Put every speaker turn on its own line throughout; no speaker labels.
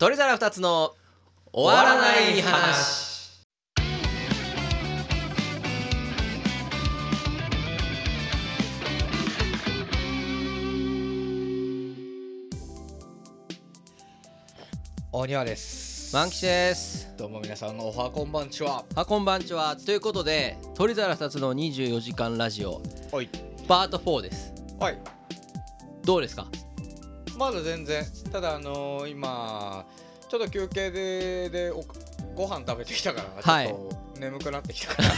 鳥皿2つの終わらない話。
大庭です。
万吉です。
どうも皆さんおはこんばんちは。
こんばんちは。ということで鳥皿2つの24時間ラジオ
はい
パート4です。
はい。
どうですか？
まだ全然。ただ今ちょっと休憩でご飯食べてきたから、
はい、
ちょっと眠くなってきたから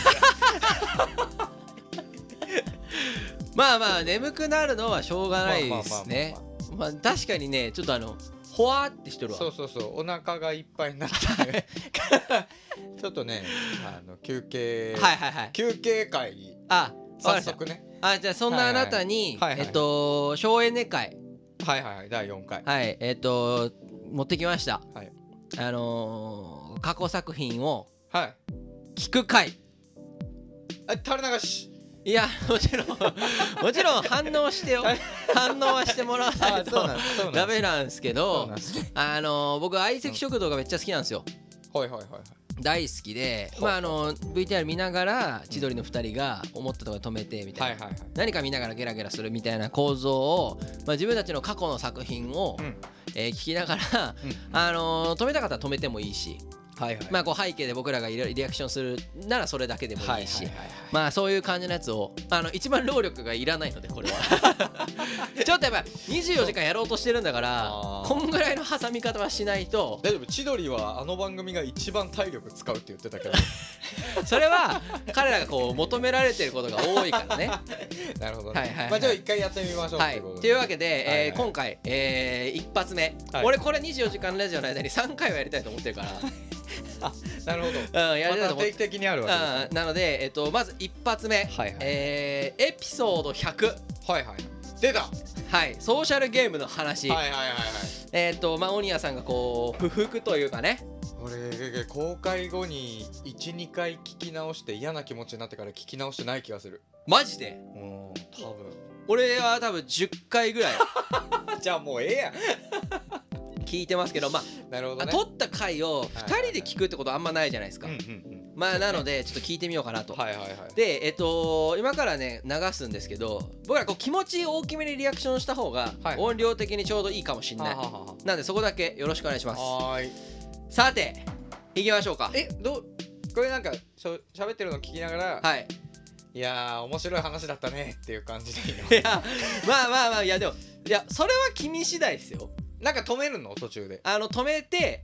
まあまあ眠くなるのはしょうがないですね。まあ確かにね、ちょっとほわってしてるわ。
そうお腹がいっぱいになってちょっとね休憩休憩会早速ね。
じゃあそんなあなたに省エネ会
第4回
持ってきました。
はい。
過去作品を聞く会。
垂れ流し。
いやもちろん反応してよ反応はしてもらわないとダメなんですけど、僕相席食堂がめっちゃ好きなんですよ。大好きで、VTR 見ながら千鳥の2人が思ったところで止めてみたいな、何か見ながらゲラゲラするみたいな構造を、自分たちの過去の作品を、聞きながら、止めたかったら止めてこう背景で僕らがリアクションするならそれだけでもいいし、そういう感じのやつを一番労力がいらないのでこれはちょっとやっぱ24時間やろうとしてるんだからこんぐらいの挟み方はしないと。
大丈夫。千鳥は番組が一番体力使うって言ってたけど
それは彼らがこう求められてることが多いからね
なるほどね。じゃあ一回やってみましょう
というわけで今回一発目、俺これ24時間ラジオの間に3回はやりたいと思ってるから
なるほど。
やりたいと思って
定期的にあるわけです。
なのでまず一発目エピソード100
出た。
ソーシャルゲームの話。オニアさんがこう不服というかね、
俺公開後に 1,2 回聞き直して嫌な気持ちになってから聞き直してない気がする。
マジで？
多分
俺は多分10回ぐらい
じゃあもうええやん
聞いてますけど、
なるほどね。
撮った回を2人で聞くってことあんまないじゃないですか。なのでちょっと聞いてみようかなと。で今からね流すんですけど、僕らこう気持ち大きめにリアクションした方が音量的にちょうどいいかもしんない。なんでそこだけよろしくお願いします。さていきましょうか。
これなんか喋ってるの聞きながら、いやー面白い話だったねっていう感じでいいの？い
やいやでもそれは君次第ですよ。
なんか止めるの途中で
止めて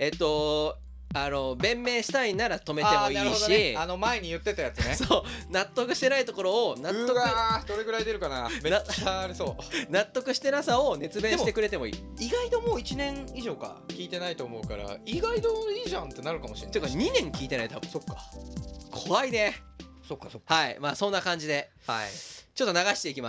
弁明したいなら止めてもいいし、
前に言ってたやつね。
そう納得してないところを
どれぐらい出るかな。めっちゃありそう。
納得してなさを熱弁してくれてもいい。
意外ともう1年以上か聞いてないと思うから意外といいじゃんってなるかもしれない。
てか2年聞いてない多分。
そっか
怖いね。
そっか
そんな感じでちょっと流していきます。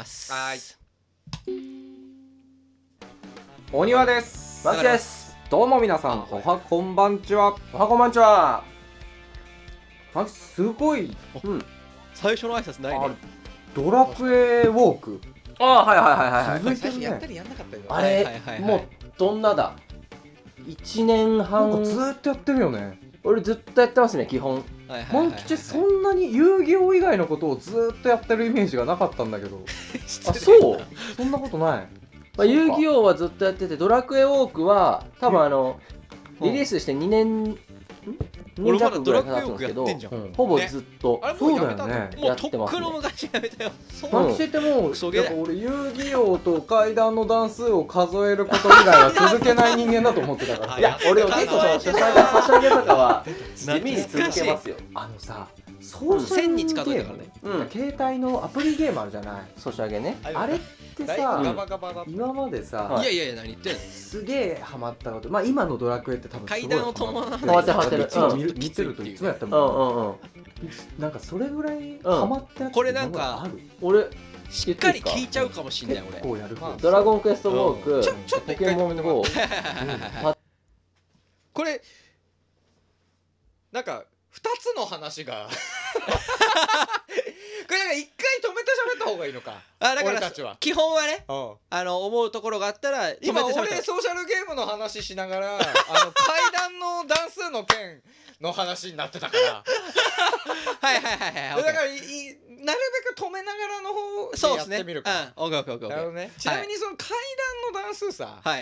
お庭です。
マキです。
どうも皆さん、おはこんばんちは。おはこんばんちは。マキすごい。
最初の挨拶ないね。
ドラクエウォーク。
続いてるね。やったりやんなかったり。
あれもうどんなだ。1年半ずっとやってるよね。俺ずっとやってますね基本。万吉そんなに遊戯王以外のことをずっとやってるイメージがなかったんだけど。そうそんなことない。
遊戯王はずっとやってて、ドラクエウォークは多分リリースして2年
俺まだドラクエウォークやってんじゃん。
ほぼずっと。
そうだよね。
もうとっくの昔やめたよ。
万吉ってもう俺遊戯王と階段の段数を数えること以外は続けない人間だと思ってたから。
いや俺は結構ソシャゲとかは地味に続けますよ。
さソーシャルゲーム、携帯のアプリゲームあるじゃない。
ソシャゲね。
あれってさ今までさ、
いや何言ってんの。
すげえハマったこと。今のドラクエって多分
階段を伴わない。
変わってる。
見てるといつもやったもん。なんかそれぐらいハマったやつ。
これなんか
俺
しっかり聞いちゃうかもしんない。俺
こうやる。
ドラゴンクエストウォーク、ポ
ちょっと一回
ケモン GO。
これなんか2つの話がれなんか一回止めて喋った方がいいのか。だから俺たちは
基本はね、思うところがあったら
今俺ソーシャルゲームの話しながら階段の段数の件の話になってたから
はいはいはいはい。
だからなるべく止めながらの方でやってみるか。
オッケーオッケーオッケー。
なるほどね。ちなみにその階段の段数さ、
はい。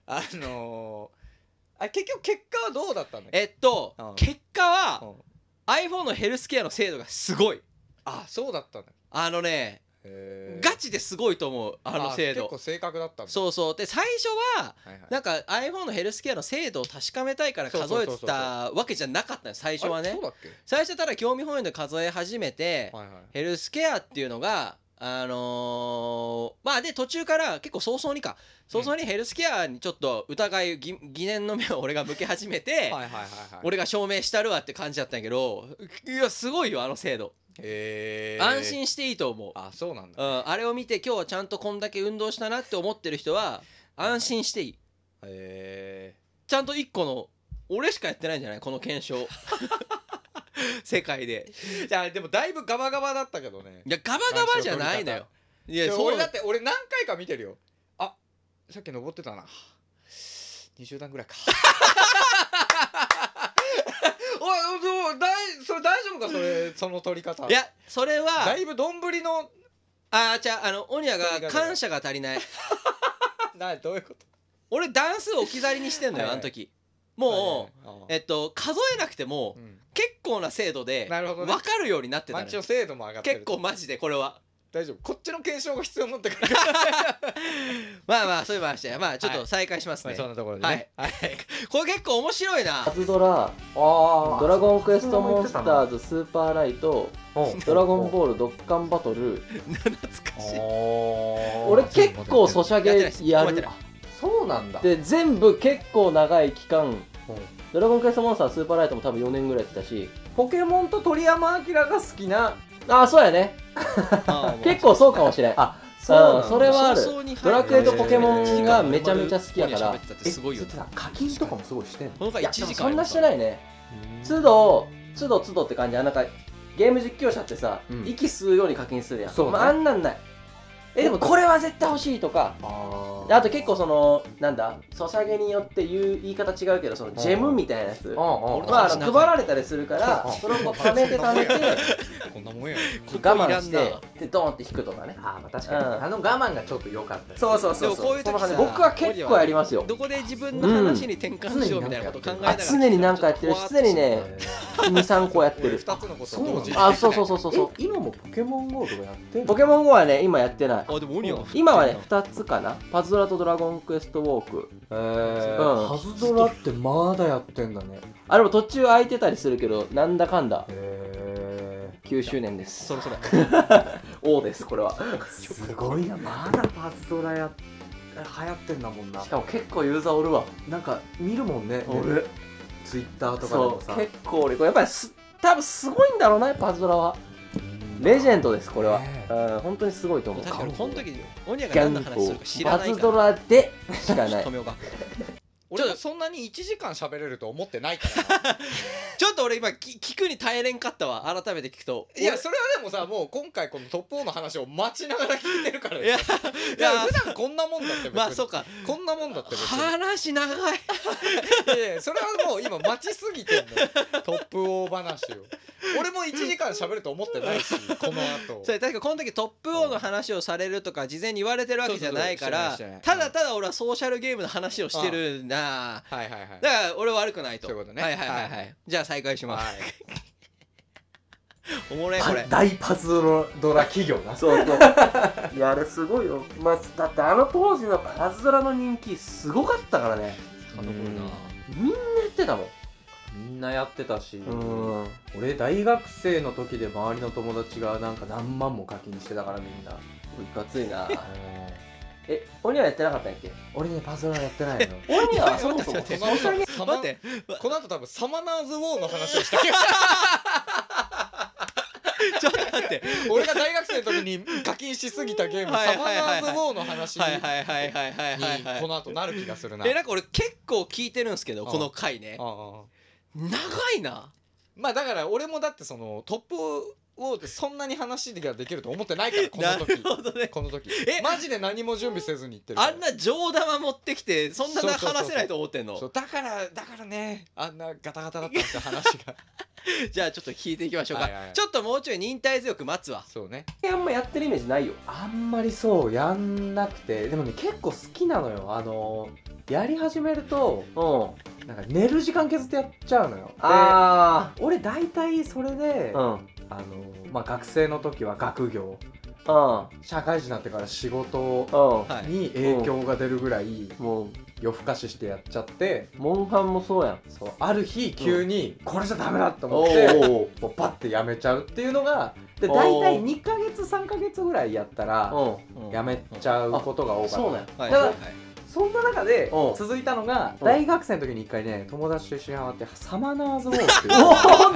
結局結果はどうだったの？
結果は iPhone のヘルスケアの精度がすごい。
あ、そうだったの。
ガチですごいと思う、精度。
結構正確だったんだ。
そうそう。で最初はなんか iPhone のヘルスケアの精度を確かめたいから数えてたわけじゃなかったの最初はね。最初ただ興味本位で数え始めて、ヘルスケアっていうのがまあで途中から結構早々にヘルスケアにちょっと疑い疑念の目を俺が向け始めて、俺が証明したるわって感じだったんやけど、いやすごいよ精度。安心していいと思う。
あ、そうなんだ、
あれを見て今日はちゃんとこんだけ運動したなって思ってる人は安心していい。ちゃんと1個の俺しかやってないんじゃないこの検証世界で。
いやでもだいぶガバガバだったけどね。
いやガバガバじゃないのよ。
いや俺だって俺何回か見てるよ。あ、さっき登ってたな。20段ぐらいかおい、それ大丈夫かその取り方。
いやそれは
だいぶ丼の
オニアが感謝が足りない
どういうこと？
俺段数置き去りにしてんのよ、あの時。もう数えなくても結構な精度で分かるようになってたのよ。
精度も上がってる。
結構マジでこれは
大丈夫。こっちの検証が必要になってくる
まあまあそういう話で、まあちょっと再開しますね。
そんなところでね。
これ結構面白いな。
初ドラ、ドラゴンクエストモンスターズスーパーライト、ドラゴンボールドッカンバトル。
懐かしい。
俺結構ソシャゲやる。
そうなんだ。
で全部結構長い期間、ドラゴンクエストモンスタースーパーライトも多分4年ぐらいやってたし、
ポケモンと鳥山明が好きな。
あ、そうやね。結構そうかもしれん。あ、それはある。ドラクエとポケモンがめちゃめちゃ好きやから。
課金とかもすごいしてんの？
いやそんなしてないね。都度って感じ。なんかゲーム実況者ってさ、息吸うように課金するやん。あんなんない。でもこれは絶対欲しいとか。あと結構そのなんだソシャゲによって言い方違うけど、そのジェムみたいなやつ配られたりするから、それを貯めて
こんなもんや
我慢してでドーンって引くとかね。
ああ確かに我慢がちょっと良かった。
そうでもこういう時僕は結構やりますよ。
どこで自分の話に転換しようみたいなこと考えながら
常に何かやってるし、常にね 2,3 個やってる。
2つのこと同時に。
あ、そう
今もポケモン GO とかやってんの？
ポケモン GO はね今やってない。
あ、でも
今はね2つかな。パズドラとドラゴンクエストウォーク。
パズドラってまだやってんだね。
あれも途中空いてたりするけど、なんだかんだ9周年です。
そろそろ
王です、これは。
すごいな、まだパズドラ流行ってんだもんな。
しかも結構ユーザーおるわ。
なんか見るもんね、俺ツイッターとかでもさ。
結構俺これやっぱり多分すごいんだろうな、パズドラは。レジェンドです、これは。本当にすごいと思う。
確かにこの時にオニアが何の話するか知らないから。
パズドラでしかない。
俺はそんなに1時間喋れると思ってないから
ちょっと俺今聞くに耐えれんかったわ、改めて聞くと。
いやそれはでもさ、もう今回このトップ4の話を待ちながら聞いてるから。いや普段こんなもんだって。
まあそうか、
こんなもんだって
話長い
それはもう今待ちすぎてんのトップ4話を。俺も1時間喋ると思ってないし、この後
それ確かこの時トップ4の話をされるとか事前に言われてるわけじゃないから、ただただ俺はソーシャルゲームの話をしてるんだ。だから俺は悪くないと。
そういうことね。
じゃあ再開します。おもれこれ。
大パズドラ企業な。
そういやあれすごいよ。まあだってあの当時のパズドラの人気すごかったからね。みんなやってたもん。
みんなやってたし、俺大学生の時で周りの友達がなんか何万も課金してたから、みんな。
いかついな。オニアやってなかったんやっけ？
俺ね、パズドラやってないの。
オニアはそもそも
待って、
この後多分サマナーズウォーの話をしたけど
ちょっと待って、
俺が大学生の時に課金しすぎたゲームサマナーズウォーの話にこの後なる気がするな。
なんか俺結構聞いてるんですけど、この回ね長いな。
まあだから俺もだってそのトップウォーってそんなに話ができると思ってないからこの時。なるほどね。この時マジで何も準備せずに行ってるから。
あんな上玉持ってきてそんな話せないと思ってんの。
そうだからねあんなガタガタだったんですよ話が。
じゃあちょっと聞いていきましょうか。ちょっともうちょい忍耐強く待つわ。
そうね。
あんまやってるイメージないよ。
あんまりそうやんなくて、でもね結構好きなのよ。やり始めるとなんか寝る時間削ってやっちゃうのよ。で俺大体それで、まあ学生の時は学業、社会人になってから仕事に影響が出るぐらいもう夜更かししてやっちゃって、
モンハンもそうやん。
そうある日急にこれじゃダメだと思ってもうパッてやめちゃうっていうのがで、大体2ヶ月3ヶ月ぐらいやったらやめちゃうことが多かった。
そうなんや。
ただそんな中で続いたのが大学生の時に一回ね友達と一緒にハマってサマナーズウォーっていう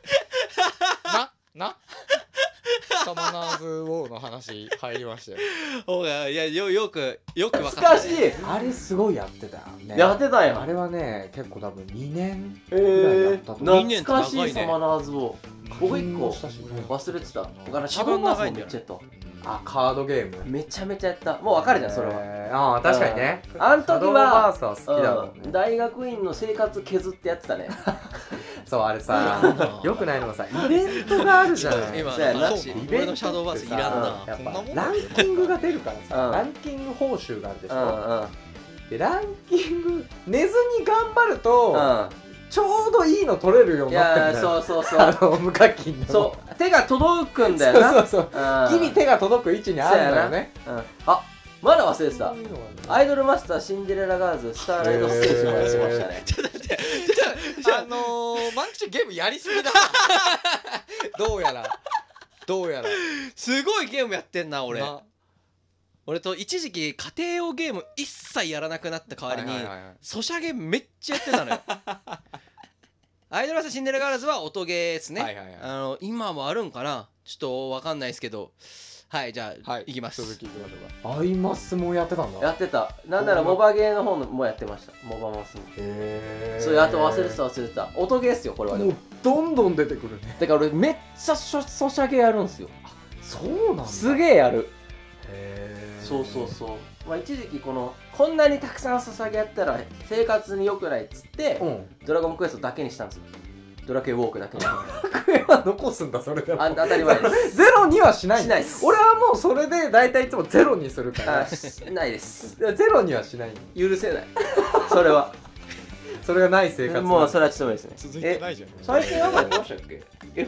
なサマナーズウォーの話入りましたよ。
いやよく分かった。
懐かしい。
あれすごいやってたよね。
やってたんや。
あれはね結構多分2年ぐらいやったと思う。
懐かしいサマナーズウォー。僕1個忘れてた。シャドーバースもめっちゃやった。
カードゲーム
めちゃめちゃやった。もう分かるじゃんそれは。
確かにね。
あん時は
好きだもんね。
大学院の生活削ってやってたね。
そうあれさよくないのがさイベントがあるじゃない。
今の話イベントのシャドーバースいらんな。
やっぱランキングが出るからさランキング報酬があるでしょ。でランキング寝ずに頑張るとちょうどいいの取れるようになってるんだよ。そう無課金の。
そう手が届くんだよな。
そうギリ手が届く位置にあるんだよね。
あまだ忘れてた。アイドルマスターシンデレラガールズスターライトステージもやってましたね。
ちょっと待って
マンキチゲームやりすぎだな。どうやら
すごいゲームやってんな俺。俺と一時期家庭用ゲーム一切やらなくなった代わりにソシャゲめっちゃやってたのよ。アイドルマスターシンデレラガールズは音ゲーですね。今もあるんかなちょっと分かんないですけど。はいじゃあいきます。
続きいきましょうか。
アイマスもやってたんだ。
やってた。なんならモバゲーの方もやってました。モバマスも。そうあと忘れてた。音ゲーっすよこれは。
もうどんどん出てくるね。
だから俺めっちゃソシャゲやるんすよ。
そうなんだ。
すげえやる。そうまあ一時期こんなにたくさんソシャゲやったら生活に良くないっつってドラゴンクエストだけにしたんですよ。ドラクエウォークだけに。
ドラクエは残すんだそれでも。
当たり前です。
ゼロにはしない。
しないです。
俺はもうそれで大体いつもゼロにするから。
しないです。
ゼロにはしない。
許せない。それは。
それがない生活。
もうそれはちょっと無理ですね。
続いてないじゃん。
最近やめましたっけ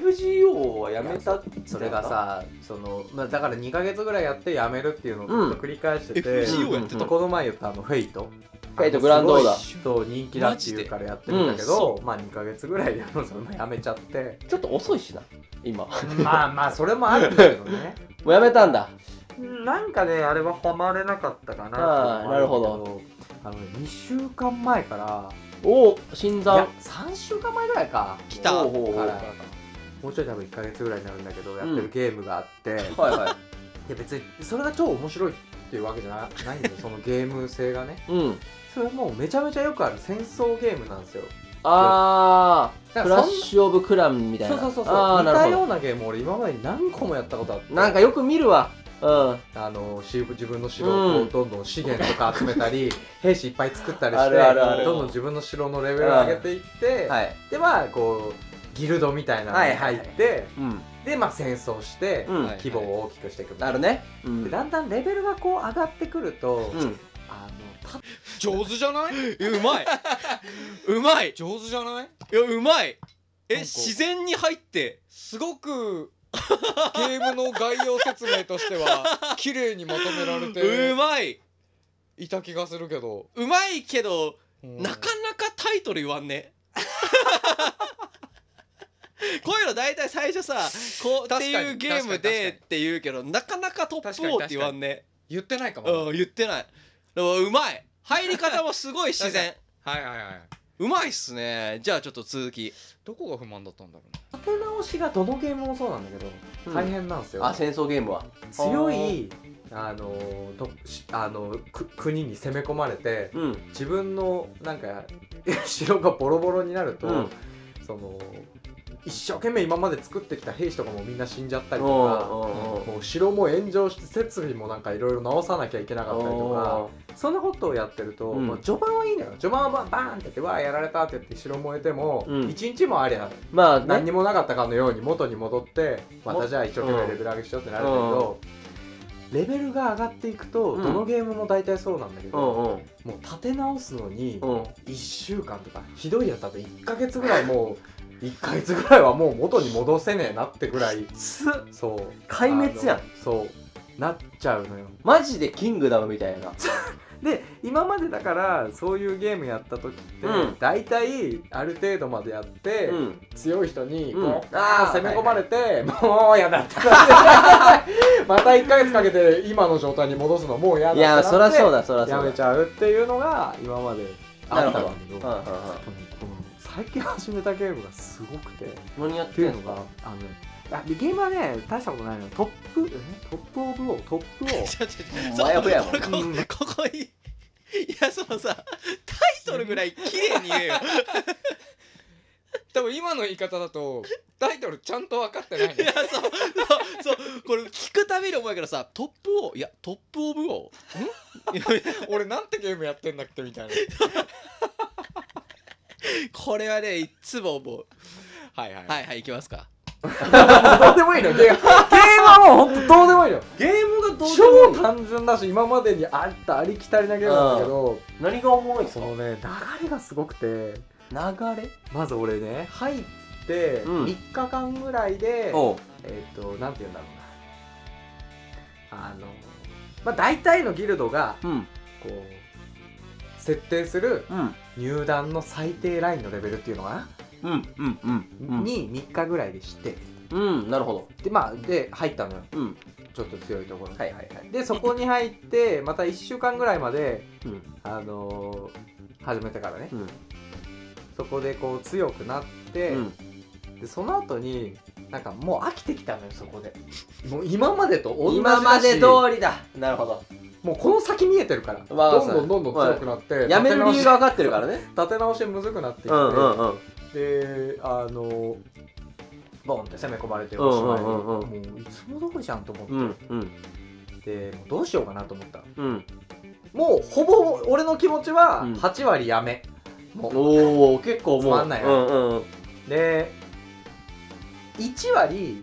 ？FGO はやめた。
それがさだから2ヶ月ぐらいやってやめるっていうのをずっと繰り返してて、この前言ったフェイト
グランドオーダ
ー人気だっていうからやってるんだけど、まあ2ヶ月ぐらいでそれもやめちゃって。
ちょっと遅いしな今。
まあそれもあるんだけどね。
もうやめたんだ。
なんかねあれはハマれなかったかな。
なるほど。
2週間前から
新参
3週間前ぐらいか
来た
からもうちょい多分1ヶ月ぐらいになるんだけどやってるゲームがあってで別にそれが超面白いっていうわけじゃないんだよ。そのゲーム性がね。それはもうめちゃめちゃよくある戦争ゲームなんですよ。
クラッシュオブクランみたいな。
そう似たようなゲーム俺今までに何個もやったことあって、
なんかよく見るわ。
自分の城をどんどん資源とか集めたり兵士いっぱい作ったりしてどんどん自分の城のレベルを上げていってでまあこうギルドみたいなのに入ってでまあ戦争して規模を大きくしていくみたいな。でだんだんレベルがこう上がってくると
上手じゃない？
うまい
上手じゃない？
いやうまい。自然に入って
すごくゲームの概要説明としては綺麗にまとめられて
うまい
いた気がするけど
なかなかタイトル言わんね。こういうの大体最初さこうっていうゲームでって言うけどなかなかトップ4って言わんね。
言ってないかも。
言ってない。でもうまい。入り方もすごい自然。うまいっすね。じゃあちょっと続き。
どこが不満だったんだろう。
立て直しがどのゲームもそうなんだけど大変なんですよ。
戦争ゲームは
強い国に攻め込まれて自分のなんか城がボロボロになると
一生懸命今まで作ってきた兵士とかもみんな死んじゃったりとか、もう城も炎上して設備もなんかいろいろ直さなきゃいけなかったりとか、そんなことをやってると、もう序盤はいいのよ。序盤はバーンってやってわーやられたって言って城燃えても、1日もありゃまあ、ね、何にもなかったかのように元に戻ってまたじゃあ一生懸命レベル上げしようってなるんだけど、レベルが上がっていくと、どのゲームも大体そうなんだけど、もう立て直すのに1週間とか、ひどいやつだと1ヶ月ぐらいもう1ヶ月ぐらいはもう元に戻せねえなってぐらい、そう
壊滅やん。
そうなっちゃうのよ。
マジでキングダムみたいな。
で今までだからそういうゲームやった時って、大体ある程度までやって、強い人に攻め込まれて、もうやだってまた1ヶ月かけて今の状態に戻すのもうやだってなって、いや
そりゃそうだそりゃそうだ、
やめちゃうっていうのが今まであったんだけど、最近始めたゲームがすごくて、
何やってるのか
ゲームはね大したことないのよ。トップオブオーここいやそのさタイトルぐらい綺麗に言えよ多分今の言い方だとタイトルちゃんと分かってないね。いやそうこれ聞くたびに思うけどさ、トップオー、いやトップオブオー俺なんてゲームやってんだっけみたいなこれはねいつも思う。はいいきますか。どうでもいいのゲームはもうほんとどうでもいいの。ゲームがどうでもいい、超単純だし今までにあったありきたりなゲームなんだけど、
何がおもろいんすか。
そのね流れがすごくて、
流れ
まず俺ね入って3日間ぐらいで、なんて言うんだろうな、まあ大体のギルドがこう設定する入団の最低ラインのレベルっていうのかなに3日ぐらいでして、
なるほど。
でまあで入ったのよ、ちょっと強いところに。でそこに入ってまた1週間ぐらいまで、始めてからね、そこでこう強くなって、でその後になんかもう飽きてきたのよ。そこでもう今までと同じだし、
今まで通りだ。なるほど。
もうこの先見えてるから、どんどん強くなって、
やめる理由が分かってるからね。
立て直しむずくなってきて、でボンって攻め込まれておしまいに、もういつも通りじゃんと思って、でもうどうしようかなと思った、もうほぼ俺の気持ちは8割やめ、もう
結構もう
つまんないな、で1割、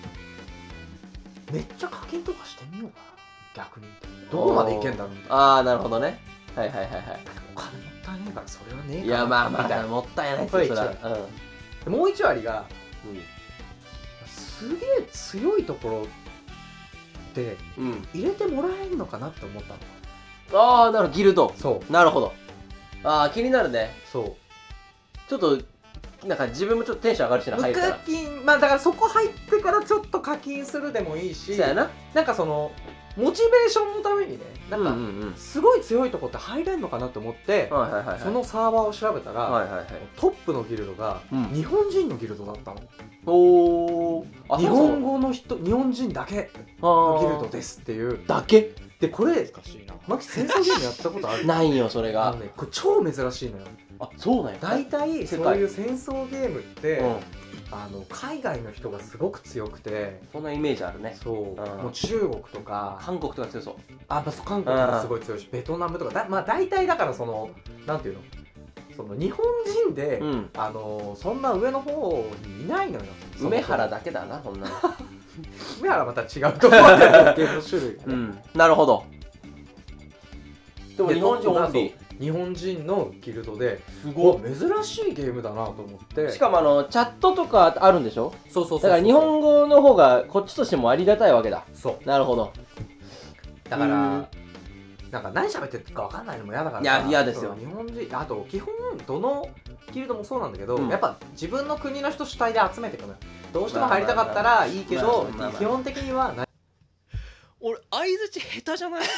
めっちゃ課金とかしてみようかな。逆にどこまでいけんだろうみたいな。
ああなるほどね。はい。
お金もったいないからそれはねえかな。
いやまあもったいないですよ。
もう1割が、すげえ強いところで入れてもらえるのかなって思ったの。
ああなるほど、ギルド。
そう
なるほど。ああ気になるね。
そう
ちょっとなんか自分もちょっとテンション上がるしな、入ったら。
課金、まあだからそこ入ってからちょっと課金するでもいいし、
そうやな。
なんかそのモチベーションのためにね、なんかすごい強いとこって入れんのかなと思って、そのサーバーを調べたら、トップのギルドが日本人のギルドだったの。日本語の人、日本人だけのギルドですっていう
だけ
で、これマキ戦争ゲームやったことある？
ないよそれが。
これ超珍しいのよ。
あ、そうなんや。
大体そういう戦争ゲームって海外の人がすごく強くて、
そんなイメージあるね。
そう、もう中国とか
韓国とか強そう。
韓国がすごい強いし、ベトナムとかまあ大体だからそのなんていうの、その日本人でそんな上の方にいないのよ。
梅原だけだな、そんなの。
梅原また違うと思うんだけど、ゲームの種類がね。
なるほど。でも日本人オンリー。
日本人のギルドですごい珍しいゲームだなと思って。
しかもチャットとかあるんでしょ。
そう
だから日本語の方がこっちとしてもありがたいわけだ。
そう、
なるほど。
だからなんか何喋ってるか分かんないのも嫌だから。
いや嫌ですよ。
日本人、あと基本どのギルドもそうなんだけど、やっぱ自分の国の人主体で集めていくのよ。どうしても入りたかったらいいけど、基本的には
俺相づち下手じゃない？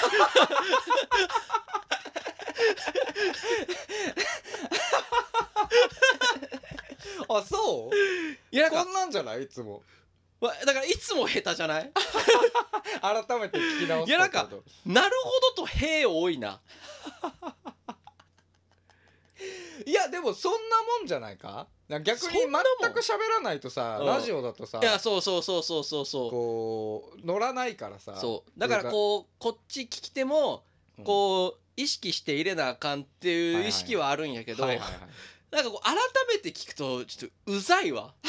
あ、そう？
いや
こんなんじゃない？いつも
だからいつも下手じゃない？
改めて聞き直す。
いやなんかなるほどとへ多いな。
いやでもそんなもんじゃないか。逆に全く喋らないとさ、ラジオだとさ、
いやそう
こう乗らないからさ。
そうだからこっち聞き手もこう意識して入れなあかんっていう意識はあるんやけど、なんかこう改めて聞くとちょっとうざいわ。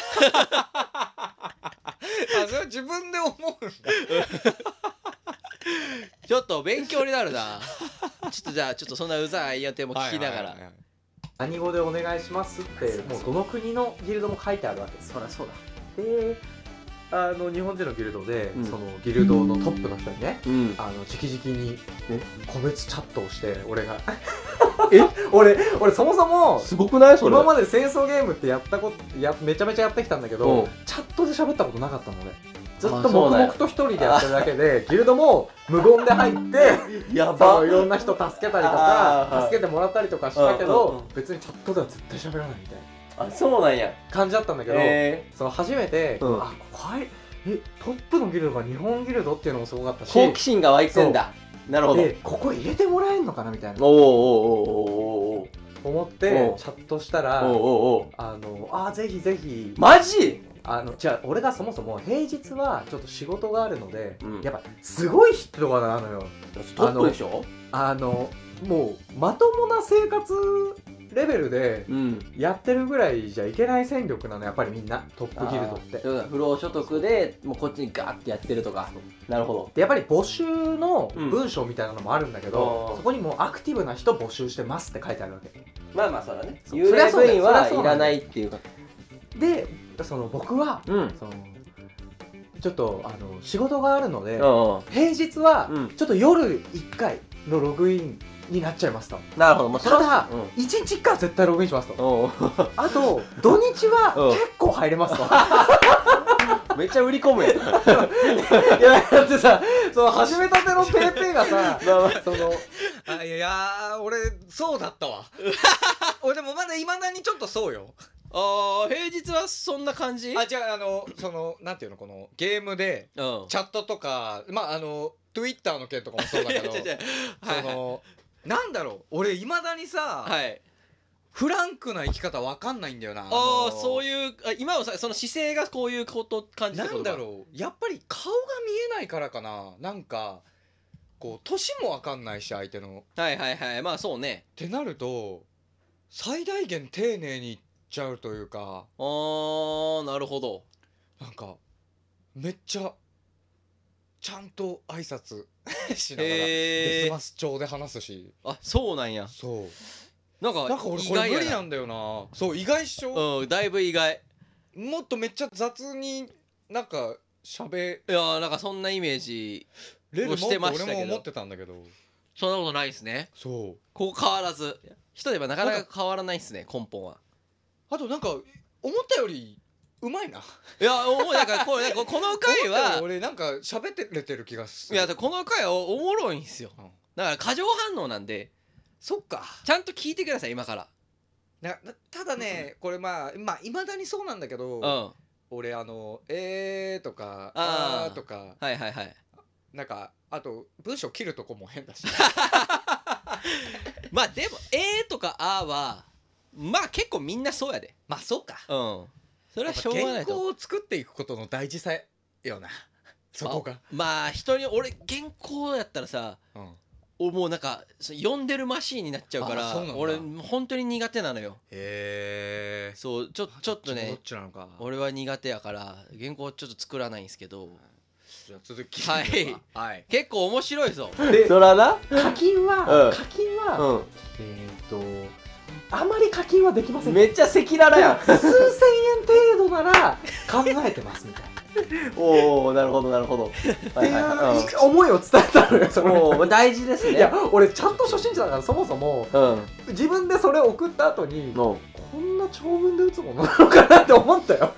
それは自分で思うんだ。
ちょっと勉強になるな。ちょっとじゃあちょっとそんなうざい予定も聞きながら、
何語でお願いしますってもうどの国のギルドも書いてあるわけです。
そりゃそうだ。
で日本人のギルドで、そのギルドのトップの人にね、直々に個別チャットをして俺が俺そもそも
すごくないそれ。
今まで戦争ゲームってめちゃめちゃやってきたんだけど、チャットで喋ったことなかったのね。ずっと黙々と一人でやってるだけで、ギルドも無言で入ってやばいろんな人助けたりとか助けてもらったりとかしたけど、別にチャットでは絶対喋らないみたいな。
そうなんや
感じだったんだけど、その初めて、トップのギルドが日本ギルドっていうのもすごかったし、
好奇心が湧いてんだ。なるほど。
ここ入れてもらえんのかなみたいな
思
ってチャットしたら、ぜひぜひ。
マジ？
じゃあ俺がそもそも平日はちょっと仕事があるので、やっぱすごい人がなのよ。
トップでしょ？
もうまともな生活レベルでやってるぐらいじゃいけない戦力なのやっぱりみんなトップギルドって。
不労所得でもうこっちにガーってやってるとか。なるほど。
でやっぱり募集の文章みたいなのもあるんだけど、そこにもアクティブな人募集してますって書いてあるわけ。
まあまあそうだね。幽霊部員はいらないっていうか。
で僕はちょっと仕事があるので平日はちょっと夜1回のログインになっちゃいますと。
なるほど。
ただ1日1回は絶対ログインしますと。あと土日は結構入れますと。
めっちゃ売り込むやん。
いやだってさ、その始めたてのペーペーがさ、いや俺そうだったわ。俺でもまだいまだにちょっとそうよ。
平日はそんな感じ？
じゃあなんていうの、このゲームでチャットとか、Twitter の件とかもそうだけど、なんだろう、俺いまだにさ、フランクな生き方わかんないんだよな。
そういう今のその姿勢がこういうこと感じたこと
なんだろう、やっぱり顔が見えないからかな。なんかこう年もわかんないし相手の。
まあそうね。
ってなると最大限丁寧にちゃうというか、
なるほど。
なんかめっちゃちゃんと挨拶しながらデスマス調で話すし。
そうなんや。
そうなんか俺これ無理なんだよな。そう意外っしょ。
だいぶ意外。
もっとめっちゃ雑になんか
なんかそんなイメージをしてましたけど、
俺も思ってたんだけど
そんなことないですね。
そう
こう変わらず人ではなかなか変わらないですね、根本は。
あとなんか思ったよりうまいな。
いやなんかこの回は
俺なんか喋ってれてる気がする。
いやこの回はおもろいんですよ。だから過剰反応なんで。
そっか、
ちゃんと聞いてください今から。
ただね、これいまだにそうなんだけど、俺とかとかなんかあと文章切るとこも変だし。
まあでもとかは結構みんなそうやで。
そうか。
それはしょうがないと。
原稿を作っていくことの大事さよな。そこが
人に俺原稿やったらさ、もうなんか読んでるマシーンになっちゃうから俺本当に苦手なのよ。そうちょっとね、俺は苦手やから原稿ちょっと作らないんですけど。
じゃあ続き
結構面白いぞ。
そらな
課金はあまり課金はできません。
めっちゃ赤裸々やん。
数千円程度なら考えてますみたいな。
なるほどなるほど。
っていう思いを伝えたのよ。それ
大事ですね。
いや俺ちゃんと初心者だからそもそも自分でそれを送った後にこんな長文で打つものなのかなって思ったよ。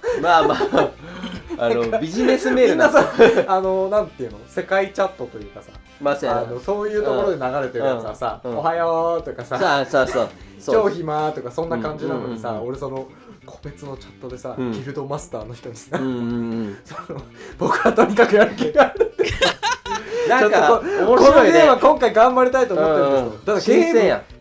ビジネスメール
なさなんていうの、世界チャットというかさ、そういうところで流れてるやつはさ、おはようとかさ、超暇とかそんな感じなのにさ、俺その個別のチャットでさ、ギルドマスターの人にさ、僕はとにかくやる気があるって。なんかこのゲームは今回頑張りたいと思ってるんですよ。ただ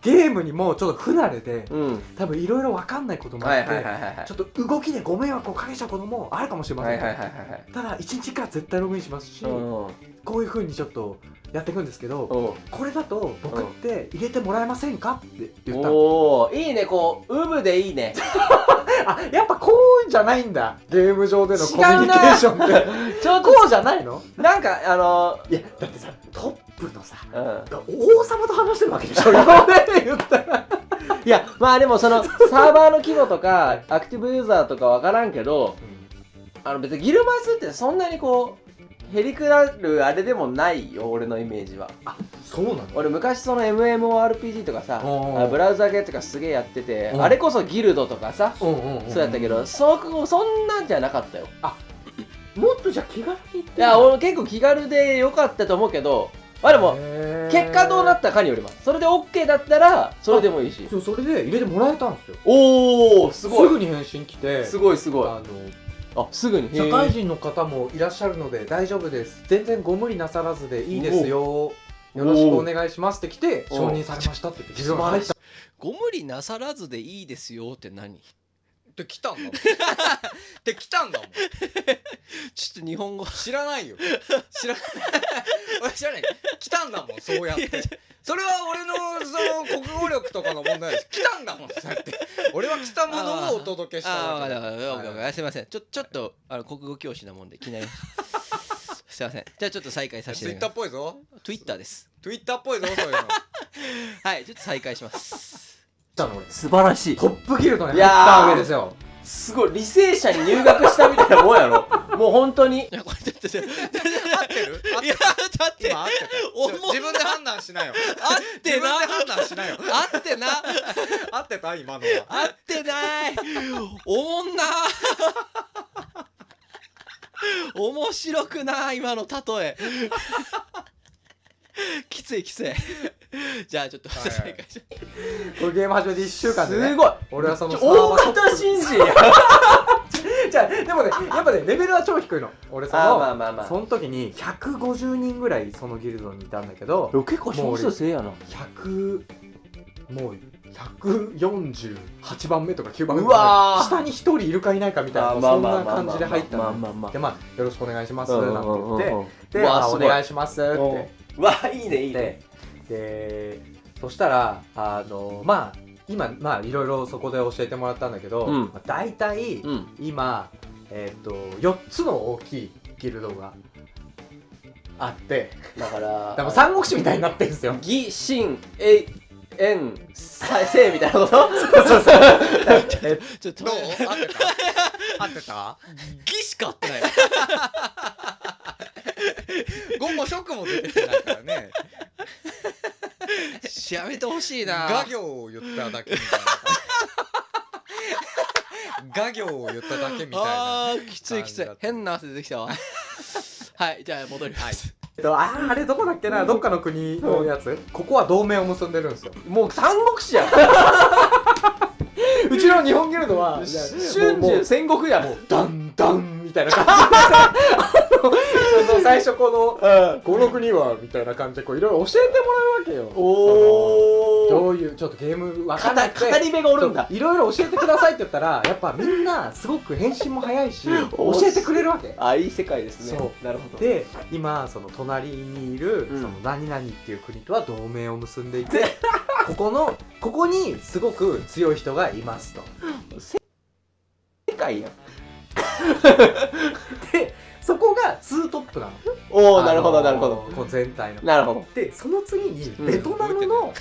ゲームにもちょっと不慣れで、多分いろいろ分かんないこともあってちょっと動きでご迷惑をかけちゃうこともあるかもしれません。ただ1日から絶対ログインしますし、こういう風にちょっとやっていくんですけど、これだと僕って入れてもらえませんかって言ったの。
おー、いいね、こうウブでいいね。
あ、やっぱこうじゃないんだ、ゲーム上でのコミュニケーションってちょっとこうじゃないの。
なんか
いやだってさ、トップのさ、王様と話してるわけでしょ今ね言ったら。
いやまあでもそのサーバーの規模とかアクティブユーザーとかわからんけど、別にギルマスってそんなにこうへりくだるあれでもないよ、俺のイメージは。
あ、そうなの。
俺昔その MMORPG とかさ、ブラウザゲーとかすげえやってて、あれこそギルドとかさ、そうやったけど、そんなんじゃなかったよ。
あ、もっとじゃあ気軽に。い
や、俺結構気軽でよかったと思うけど、まあでも結果どうなったかによります。それで OK だったらそれでもいいし。
それで入れてもらえたんですよ。
おお、すごい。
すぐに返信来て、
すごいすごい。すぐに
社会人の方もいらっしゃるので大丈夫です、全然ご無理なさらずでいいですよ、よろしくお願いしますって来て承認されましたって言って、
素晴らしい。ご無理なさらずでいいですよって何
って来たんだもんって来たんだもん。
ちょっと日本語
知らないよ。俺知らない。来たんだもん、そうやって。それは俺のその国語力とかの問題です。来たんだもん、そうやって。俺は来たものをお届けしたわけ。
すいません。ちょっと国語教師なもんで気になります。すいません。じゃあちょっと再開させて。
ツイッターっぽいぞ。
ツイッターです。
ツイッターっぽいぞ、そういうの。
はい、ちょっと再開します。
素晴らしい。
トップギルドに入ったわけですよ。
すごい、履正社に入学したみたいなもんやろ。もう本当に。いや、これ
合ってる？いや、だって今合ってた。自分で判断しなよ。
合ってな。
自分で判断しなよ。
合ってな。
合ってた今のは。
合ってない。おもんな。面白くない今の例え。きつい。じゃあちょっと再開します。
これゲーム始めて1週間でね。
すごい。
俺はその
大型新人や。
じゃあでもね、やっぱねレベルは超低いの。俺その時に150人ぐらいそのギルドにいたんだけど、
結構少数制やな。
もう148番目とか9番目とか下に1人いるかいないかみたいな、そんな感じで入ったので、まあよろしくお願いしますなんて言ってで、お願いしますって
いいねいいね。
でそしたらまあ今いろいろそこで教えてもらったんだけど、だいたい今4つの大きいギルドがあって、
だから
三国志みたいになってるんですよ。
義神円生みたいなこと？
そうちょっとどう？合ってた？
義しか合ってない。
語も職も出てきてないからね。
やめてほしいな。
画行を言っただけみたいな。画行を言っただけみたいな。
きつい。変な汗出てきたわ。はい、じゃあ戻ります。
あれどこだっけな、どっかの国のやつ。ここは同盟を結んでるんですよ。
もう三国志やん。
うちの日本ギルドは
春秋戦国やもう
ダンダンみたいな感じで最初このこの国はみたいな感じでこういろいろ教えてもらうわけよ。どういうちょっとゲーム分かんなくて
語り部がおるんだ。
いろいろ教えてくださいって言ったらやっぱみんなすごく返信も早いし教えてくれるわけ。
いい世界ですね。
そう、
なるほど。
で今その隣にいるその何々っていう国とは同盟を結んでいて、ここにすごく強い人がいますと。
世界やん。
でそこが2トップなの。
おお、なるほどなるほど。
こう全体の。
なるほど。
でその次にベトナムの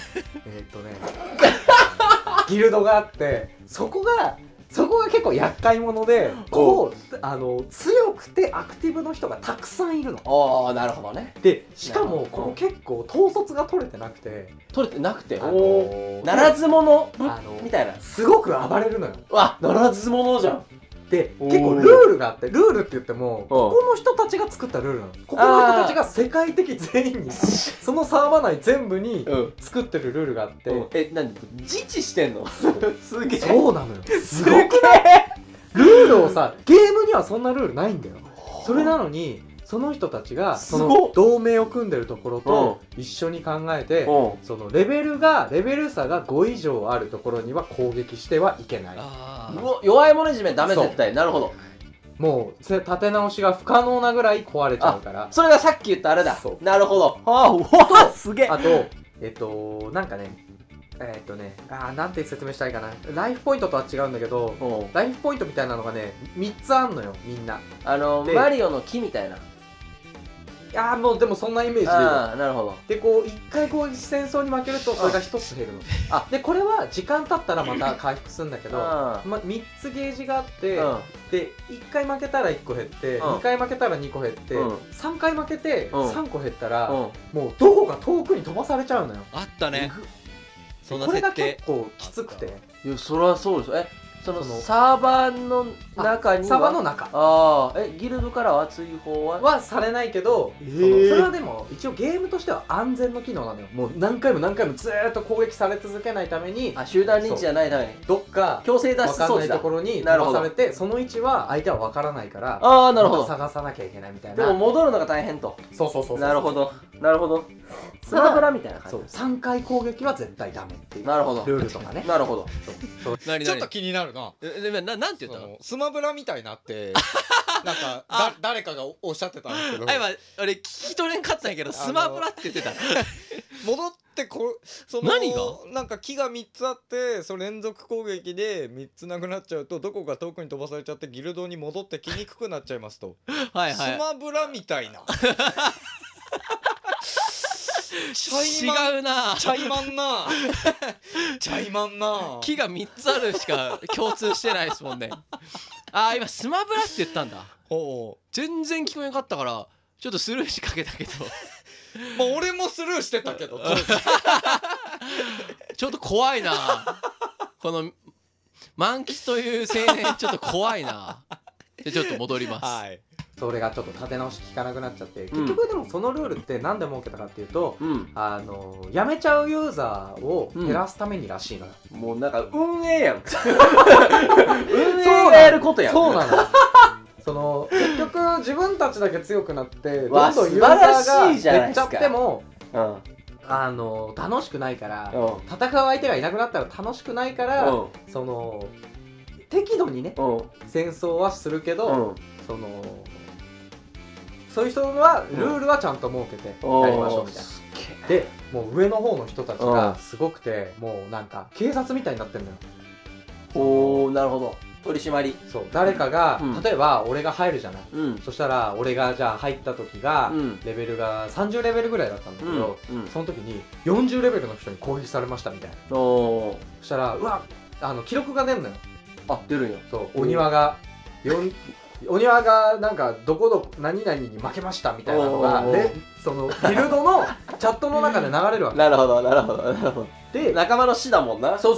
ギルドがあって、そこが結構厄介者で、こう強くてアクティブの人がたくさんいるの。
ああ、なるほどね。
でしかもここ結構統率が取れてなくて
ならず者みたいな、
すごく暴れるのよ。
わ、ならず者じゃん。
で結構ルールがあって、ルールって言ってもここの人たちが作ったルールなの。ここの人たちが世界的全員にそのサーバー内全部に作ってるルールがあって、
なんで自治してんの？すげえ。
そうなのよ。すごくルールをさ、ゲームにはそんなルールないんだよ。それなのにその人たちがその同盟を組んでるところと一緒に考えて、そのレベル差が5以上あるところには攻撃してはいけない。
弱い者いじめダメ絶対。なるほど。
もう立て直しが不可能なぐらい壊れちゃうから。
それがさっき言ったあれだ。なるほど。すげえ。
あとなんかねなんて説明したらいいかな。ライフポイントとは違うんだけど、ライフポイントみたいなのがね3つあんのよ、みんな。
マリオの木みたいな。
いやもうでもそんなイメージで。
なるほど。
でこう1回こう戦争に負けるとそれが1つ減るの。でこれは時間経ったらまた回復するんだけど、3つゲージがあって、で1回負けたら1個減って、2回負けたら2個減って、3回負けて3個減ったら、もうどこか遠くに飛ばされちゃうのよ。
あったね。
これが結構きつくて。
いやそれはそうでしょ。そのサーバーの中には、
サーバーの中、
ギルドからは追放
はされないけど、それはでも一応ゲームとしては安全の機能なのよ。もう何回も何回もずーっと攻撃され続けないために、
集団認知じゃないために
どっか
強制脱出装置だ、
分かんないところに飛ばされて、その位置は相手は分からないから、
なるほど、
探さなきゃいけないみたいな。
でも戻るのが大変と。
そう
なるほどなるほど。スマブラみたいな感じ。
3回攻撃は絶対ダメっていう
なるほど
ルールとかね。
なるほど。
ちょっと気になるな。
なんて言ったの？
スマブラみたいなってなんか誰かがおっしゃってたんですけど、
今俺聞き取れんかったんやけど、スマブラって言ってた。
戻って
何が
なんか木が3つあって、その連続攻撃で3つなくなっちゃうとどこか遠くに飛ばされちゃってギルドに戻ってきにくくなっちゃいますと。
はいはい。
スマブラみたいな。
違うな。
チャイマンな。チャイマンな。
木が3つあるしか共通してないですもんね。今スマブラって言ったんだ。全然聞こえなかったからちょっとスルーしかけたけど。
まあ俺もスルーしてたけど
ちょっと怖いな。この満吉という青年ちょっと怖いな。でちょっと戻ります。はい。
それがちょっと立て直し効かなくなっちゃって、結局でもそのルールって何で設けたかっていうと、やめちゃうユーザーを減らすためにらしいのよ。
もうなんか運営やん。運営がやることやん。
そうなの。結局自分たちだけ強くなってどんどんユーザーが減っちゃっても楽しくないから、戦う相手がいなくなったら楽しくないから、適度にね戦争はするけど、そういう人はルールはちゃんと設けてやりましょうみたいな。でもう上の方の人たちがすごくて、もうなんか警察みたいになってるのよ。
なるほど。取り締まり。
そう誰かが、例えば俺が入るじゃない、そしたら俺がじゃあ入った時が、レベルが30レベルぐらいだったんだけど、その時に40レベルの人に攻撃されましたみたいな。そしたら記録が出るのよ。
出るんよ。
そうお庭がなんか何々に負けましたみたいなのがそのギルドのチャットの中で流れるわけ。
なるほど。で仲間の死だもんな。
そう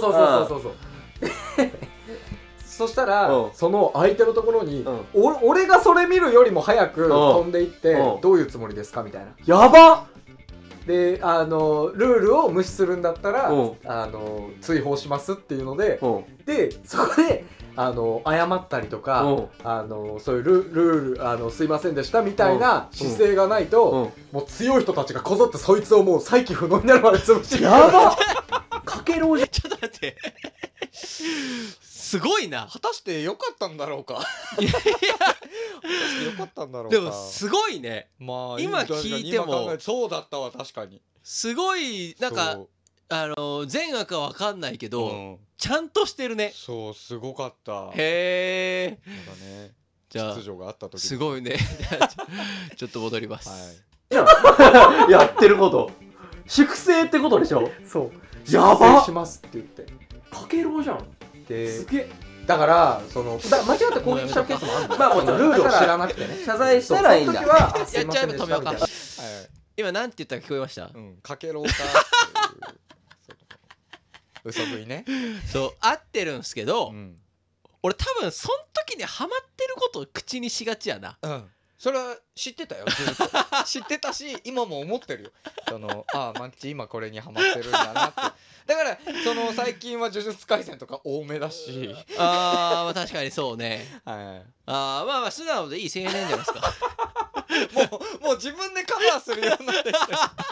そしたらその相手のところに俺がそれ見るよりも早く飛んでいってどういうつもりですかみたいな。
やばっ。
でルールを無視するんだったら追放しますっていうので、でそこで謝ったりとかそういうルールすいませんでしたみたいな姿勢がないと、もう強い人たちがこぞってそいつをもう再起不能になるまで潰して。
やばっ。かけろじゃ。
ちょっと待って。すごいな。
果たして良かったんだろうか。いや果たして良かったんだろうか。
でもすごいね。まあ今聞いても
そうだったわ。確かに
すごいなんか善悪は分かんないけど、ちゃんとしてるね。
そうすごかった。
へえ。
じゃあ秩序があった時
すごいね。ちょっと戻ります。
やってること粛清ってことでしょ。
そう
やばっ。
しますって言って
かけろじゃん。
すげえ。だから間違って攻撃したケースもあるんだよ。まあもちろんルールを知らなくてね。
謝罪したらいいんだ。
やっちゃえば止めようか。今なんて言ったか聞こえました？
かけろうか。嘘食いね。
そう合ってるんすけど、俺多分そん時にハマってることを口にしがちやな。
それは知ってたよ。ずっと知ってたし今も思ってるよ。マンキチ今これにハマってるんだなって。だから最近は呪術廻戦とか多めだし。
まあ確かにそうね。まあ素直でいい青年じゃないですか。
もう自分でカバーするようになってきて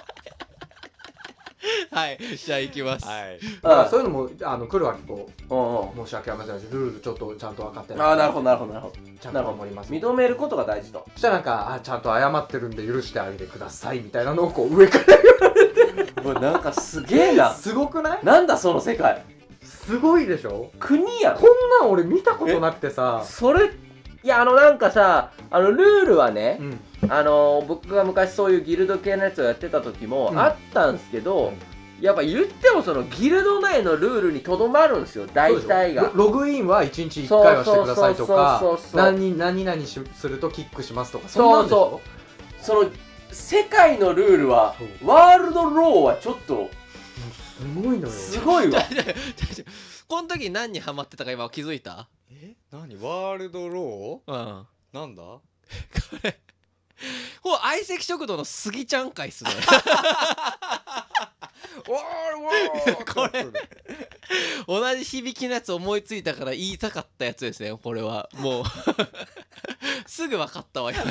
はいじゃあ行きます。
はい
だからそういうのも来るわけこう申し訳ありませんルールちょっとちゃんと分かってない。
あ、なるほどなるほどなるほど。
ちゃんと守ります。
認めることが大事と。
そしたらなんかちゃんと謝ってるんで許してあげてくださいみたいなのをこう上から言われて
もうなんかすげえな。
すごくない？
なんだその世界。
すごいでしょ？
国やん。
こんなん俺見たことなくてさ。
それいやなんかさルールはね、
うん、
僕が昔そういうギルド系のやつをやってた時もあったんですけど、やっぱ言ってもそのギルド内のルールにとどまるんですよ大体が。
ログインは1日1回はしてくださいとか、何々するとキックしますとか、
そうその世界のルールはワールドローはちょっと
すごいのよ。
すごいわ。
この時何にハマってたか今気づいた？
何ワールドロー？なんだ？
これ相席食堂のスギちゃん会っすね。これ同じ響きのやつ思いついたから言いたかったやつですね。これはもうすぐ分かったわ今。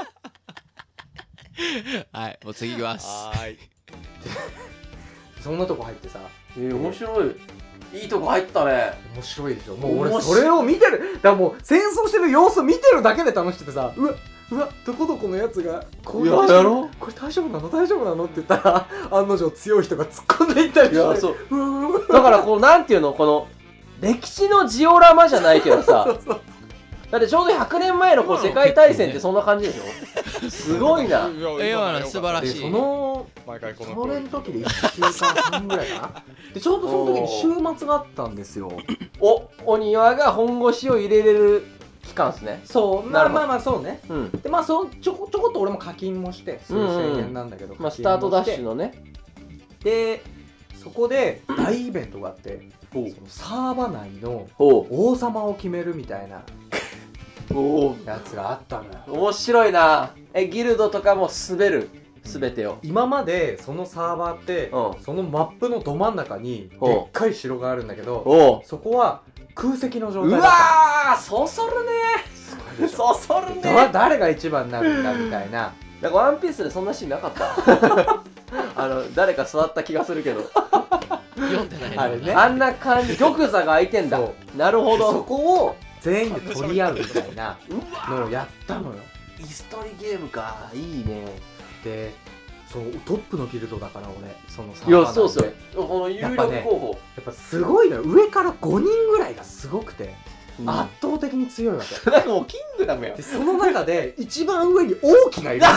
はいもう次いきます。
はい
そんなとこ入ってさ
面白い。いいとこ入ったね。
面白いでしょ。もう俺それを見てるだからもう戦争してる様子見てるだけで楽しくてさ、うわどこどこのやつがこれ大丈夫なの大丈夫なのって言ったら案の定強い人が突っ込んでいったりして。いやそう
だからこうなんていうのこの歴史のジオラマじゃないけどさそうだってちょうど100年前のこう世界大戦ってそんな感じでしょ。すごいな。
今の素晴らしい。
それの時で1週間半ぐらいかな。でちょうどその時に週末があったんですよ。
お庭が本腰を入れれる期間ですね。
そうまあそうね。でまあちょこっと俺も課金もして数千円なんだけど、
スタートダッシュのね。
でそこで大イベントがあって、そのサーバ内の王様を決めるみたいなやつがあったのよ。
面白いな。ギルドとかも滑る全てを。
今までそのサーバーってそのマップのど真ん中にでっかい城があるんだけど、そこは空席の状態だった。うわ
ーそそるねそそるね。
誰が一番になるんだみたいな。
なんかワンピースでそんなシーンなかった誰か座った気がするけど
読んでない
あれね。
あんな感じ玉座が空いてんだ。なるほど。
そこを全員で取り合うみたいなのをやったのよ。
椅子取りゲームか。いいね。
でそうトップのギルドだから俺そのサーバーなんで。
いやそうそうこの有力候補
やっぱすごいのよ。上から5人ぐらいがすごくて圧倒的に強いわけ。
なんかもうキングダムや。
でその中で一番上に王毅がいる。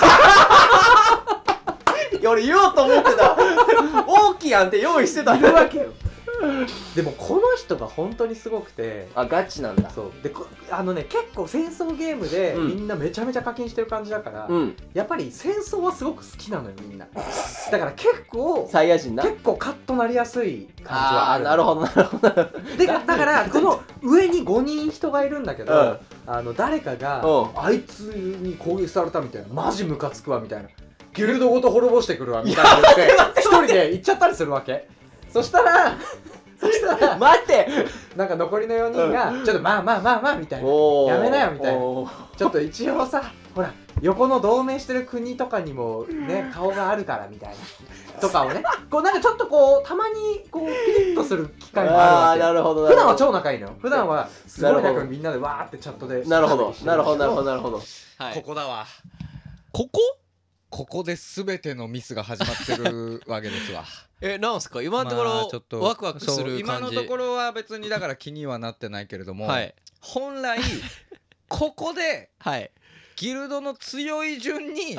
いや俺言おうと思ってた。王毅やんって用意してた。
いるわけよ。でもこの人が本当にすごくて。
ガチなんだ。
そうで結構戦争ゲームでみんなめちゃめちゃ課金してる感じだから、やっぱり戦争はすごく好きなのよみんな。だから結構
サイヤ人な。
結構カッとなりやすい感じはある。
なるほどなるほど。
でだからこの上に5人人がいるんだけど、誰かがあいつに攻撃されたみたいな、マジムカつくわみたいな、ギルドごと滅ぼしてくるわみたいなって一人で行っちゃったりするわけ。そしたら
待って
なんか残りの4人がちょっとまあみたいな、やめなよみたいな、ちょっと一応さほら横の同盟してる国とかにもね顔があるからみたいなとかをねこうなんかちょっとこうたまにこうピリッとする機会もあるわけ。
なるほど。
普段は超仲いいのよ。普段はすごい仲良くみんなでわーってチャットで。
なるほどなるほどなるほどなるほど。
ここだわ。ここで全てのミスが始まってるわけですわ。
なんすか今のところワクワクする感じ。
今のところは別にだから気にはなってないけれども、本来ここでギルドの強い順に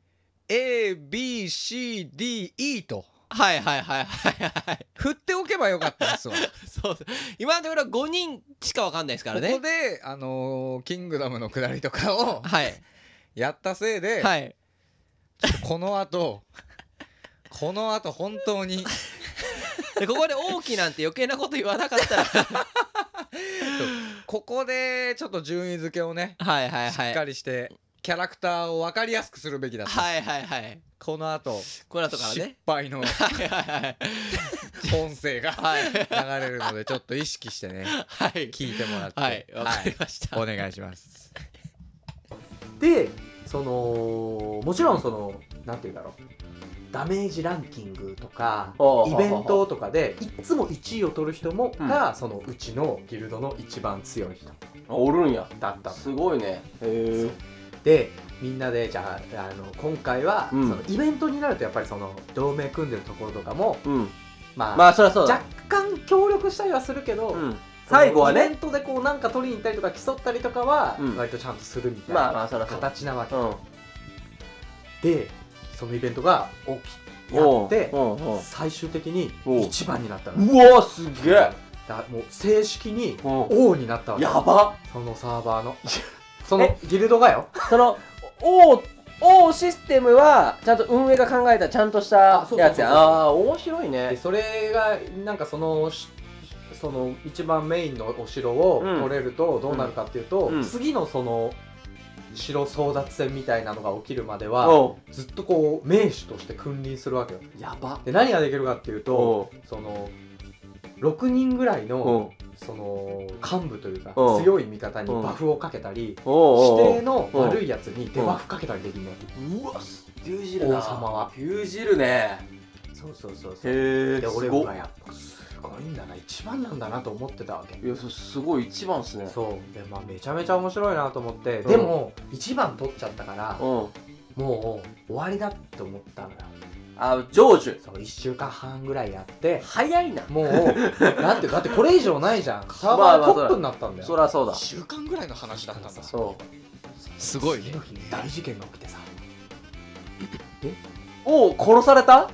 A、B、C、D、E と振っておけばよかったんですわ。
そう今のところ5人しか分かんないですからね。
ここでキングダムの下りとかをやったせいで、この後本当に
でここで王毅なんて余計なこと言わなかったら
ここでちょっと順位付けをね、しっかりしてキャラクターを分かりやすくするべきだった。この後
からね
失敗の音声が流れるのでちょっと意識してね聞いてもらって、
わかりました。
お願いします。
でもちろんなんていうんだろう、ダメージランキングとかイベントとかでいつも1位を取る人もが、うちのギルドの一番強い人
おるんや。
だった。
すごいね。へえ。
でみんなでじゃあ今回は、イベントになるとやっぱり同盟組んでるところとかも、
まあそりゃそうだ。
若干協力したりはするけど、
最後はね
イベントでこうなんか取りに行ったりとか競ったりとかは割とちゃんとするみたいな形なわけ。でそのイベントがやって最終的に1番になったの。
うわすげえ。
もう正式に王になったわけ。
やば。
そのサーバーのそのギルドがよ。
王システムはちゃんと運営が考えたちゃんとしたやつや。ああ面白いね。
でそれがなんかその一番メインのお城を取れるとどうなるかっていうと、次の城争奪戦みたいなのが起きるまではずっとこう名手として君臨するわけよ。
やば。
で何ができるかっていうと6人ぐらいの幹部というか強い味方にバフをかけたり、指定の悪いやつにデバフかけたりできるね。
うわ牛汁だ。
王様は
牛汁ね。
そう
へえ。
で俺がやっぱすごいんだな、一番なんだなと思ってたわけ。
いやすごい一番っすね。
そうでめちゃめちゃ面白いなと思って、でも一番取っちゃったからもう終わりだって思ったのよ。
成就。
そう1週間半ぐらいやって
早いな。
もうだってこれ以上ないじゃん。サーバートップになったんだよ。
そりゃそうだ。
1週間ぐらいの話だったんだ。
そう
すごいね。
次の日に大事件が起きてさ、
殺された？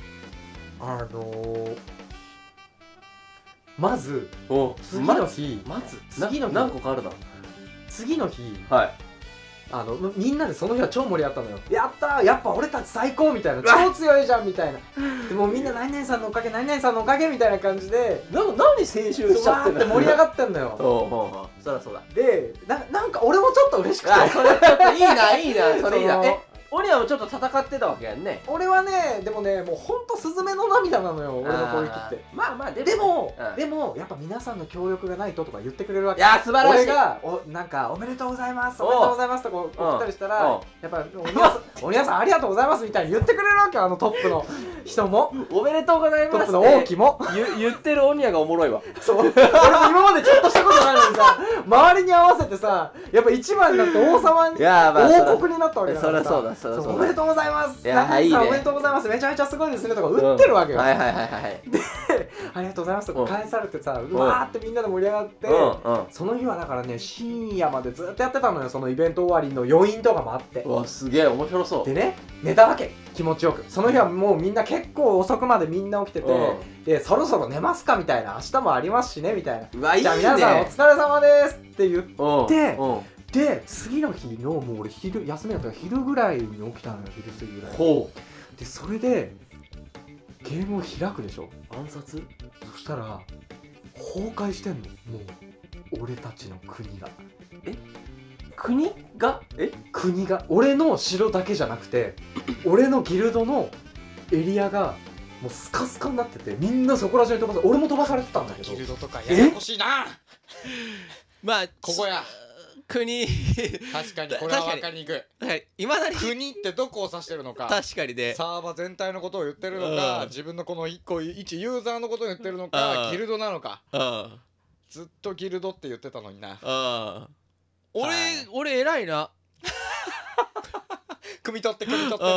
まず次の日
何個かあるな。
次の日
はい
みんなでその日は超盛り上がったのよ。やったー、やっぱ俺たち最高みたいな、超強いじゃんみたいな。でもみんな何々さんのおかげ何々さんのおかげみたいな感じで
何青春しちゃってんの。
って盛り上がってんのよ。
そりゃそうだ。
でなんか俺もちょっと嬉しくて、
それちょっといいなそれいいな。オニアもちょっと戦ってたわけやんね。
俺はね、でもね、もうほんとスズメの涙なのよ、俺の攻撃って。
まあ
でもやっぱ皆さんの協力がないととか言ってくれるわけ。
いや素晴らしい。
俺がなんかおめでとうございますおめでとうございますとこう言ったりしたら、やっぱお兄さんありがとうございますみたいに言ってくれるわけよ、トップの人も。
おめでとうございます。
トップの王毅も
言ってるオニアがおもろいわ。
そう。俺も今までちょっとしたことないのにさ、周りに合わせてさ、やっぱ一番になって王様に王国になったわけだからさ。
そりゃそうだ。
おめでとうございます。
いやいいね。
おめでとうございます。めちゃめちゃすごいですねとか売ってるわけよ。
はい。
で、ありがとうございますとか返されてさ、うわーってみんなで盛り上がって、その日はだからね、深夜までずっとやってたのよ、そのイベント終わりの余韻とかもあって。
うわ、すげえ面白そう。
でね、寝たわけ、気持ちよく。その日はもうみんな結構遅くまでみんな起きてて、で、そろそろ寝ますかみたいな、明日もありますしねみたいな。
うわ、いいね。
じゃあ皆さんお疲れ様ですって言って、で、次の日のもう俺休みだったから昼ぐらいに起きたのよ、昼過ぎぐらい。で、それでゲームを開くでしょ、
暗殺。
そしたら崩壊してんの、もう俺たちの国が。
国が
国が俺の城だけじゃなくて俺のギルドのエリアがもうスカスカになってて、みんなそこら中に飛ばされ、俺も飛ばされてたんだけど。
ギルドとかややこしいな。
まあ
ここや
国
確かにこれは分かりにくい。
はい、今だに
国ってどこを指してるのか、
確かにね、
サーバー全体のことを言ってるのか、自分のこの一ユーザーのことを言ってるのか、ギルドなのか。ずっとギルドって言ってたのにな。
俺偉いな。
汲み取ってね。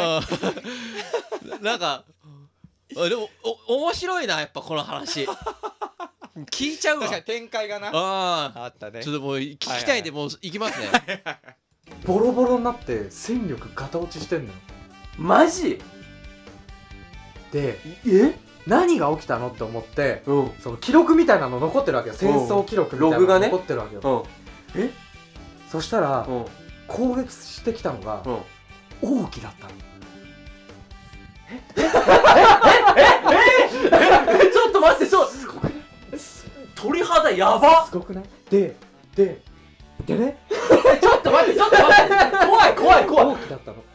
なんかでも面白いな、やっぱこの話。聞いちゃうわ。
確かに展開がな
あ
ったね。
ちょっともう聞きたいんでもう行きますね。
ボロボロになって戦力ガタ落ちしてんのよ。
マジ
で、何が起きたのって思って、その記録みたいなの残ってるわけよ。戦争記録みたいなのが残ってるわけよ。そしたら攻撃してきたのが王毅だったの。
ちょっと待って、鳥肌やば。
すごくない？でね
ちょっと待って怖い
王毅だったの。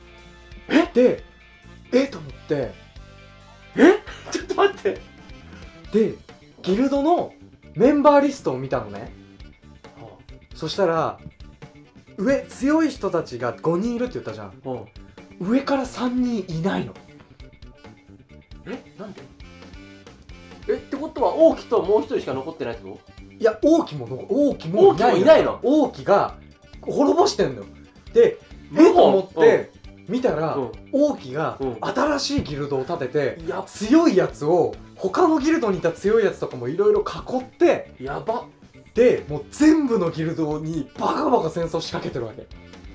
と思って、
ちょっと待って。
でギルドのメンバーリストを見たのね。そしたら上強い人たちが5人いるって言ったじゃん。上から3人いないの。
なんで？ってことは王騎ともう一人しか残ってないってこと？
いや、王騎もいないの。王騎が滅ぼしてんのよ。で、と思って見たら、王騎が新しいギルドを立てて、強いやつを他のギルドにいた強いやつとかもいろいろ囲って、
やば。
でもう全部のギルドにバカバカ戦争仕掛けてるわけ。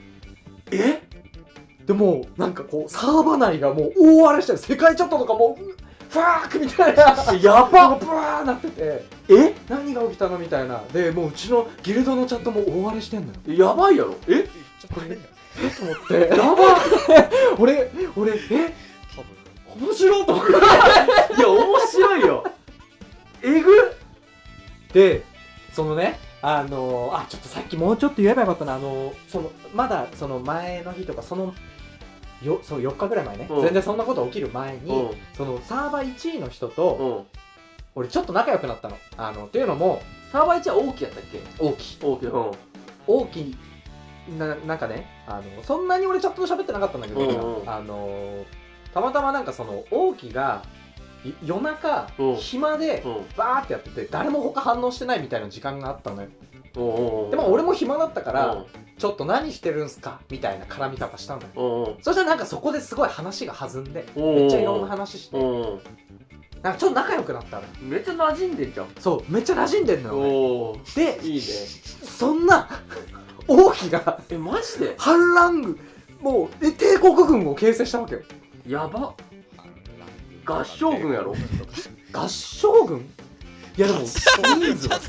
でもなんかこうサーバ内がもう大荒れしてる。世界チャットとかもうファークみたいな
やばっ
ブワーなってて、何が起きたのみたいな。でもううちのギルドのチャットも大荒れしてんのよ。
やばいやろ。
これと思ってやば俺面白いと思って。い
や面白いよ。えぐ
でそのねちょっとさっきもうちょっと言えばよかったな。まだその前の日とかそう4日ぐらい前ね、全然そんなこと起きる前に、そのサーバー1位の人と、俺ちょっと仲良くなったの。っていうのも
サーバー1は王騎やったっけ？
王騎なんかね、そんなに俺チャットで喋ってなかったんだけど、たまたまなんかその王騎が夜中暇でバーってやってて誰も他反応してないみたいな時間があったのよ。でも俺も暇だったからちょっと何してるんすかみたいな絡み方したのよ。そしたらなんかそこですごい話が弾んでめっちゃいろんな話してなんかちょっと仲良くなったの。
めっちゃ馴染んでんじゃん。
そうめっちゃ馴染んでんのよ。で
いいね。
そんな王騎が
マジで
反乱軍もう帝国軍を形成したわけよ。
やば。合唱軍やろ。
合唱軍？いやでも人数は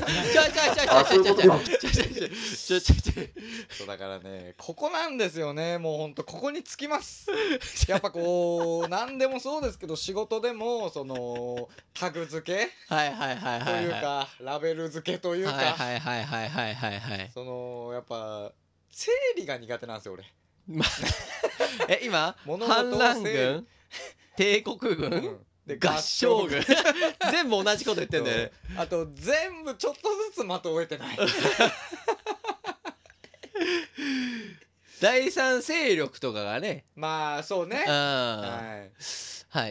そうだからね、ここなんですよね。もうほんとここにつきます。やっぱこう何でもそうですけど、仕事でもそのタグ付けというかラベル付けというか、そのやっぱ整理が苦手なんですよ俺。
今反乱軍、帝国軍、で合唱軍全部同じこと言ってんだよね。
あと全部ちょっとずつ的を終えてない。
第三勢力とかがね、
まあそうね。
はい、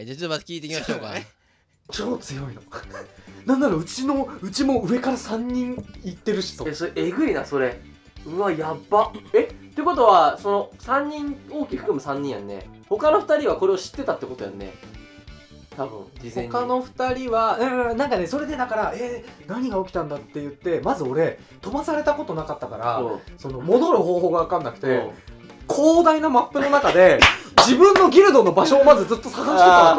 じゃあちょっとまた聞いていきましょうか。
超強いの。なんならうちも上から3人いってるし。そ
れえぐいなそれ。うわやば。ってことはその3人大きく含む3人やんね。他の2人はこれを知ってたってことやんね。多分事前に
他の2人はなんかね、それでだから何が起きたんだって言って、まず俺飛ばされたことなかったから、その戻る方法が分かんなくて、広大なマップの中で自分のギルドの場所をまずずっと探してた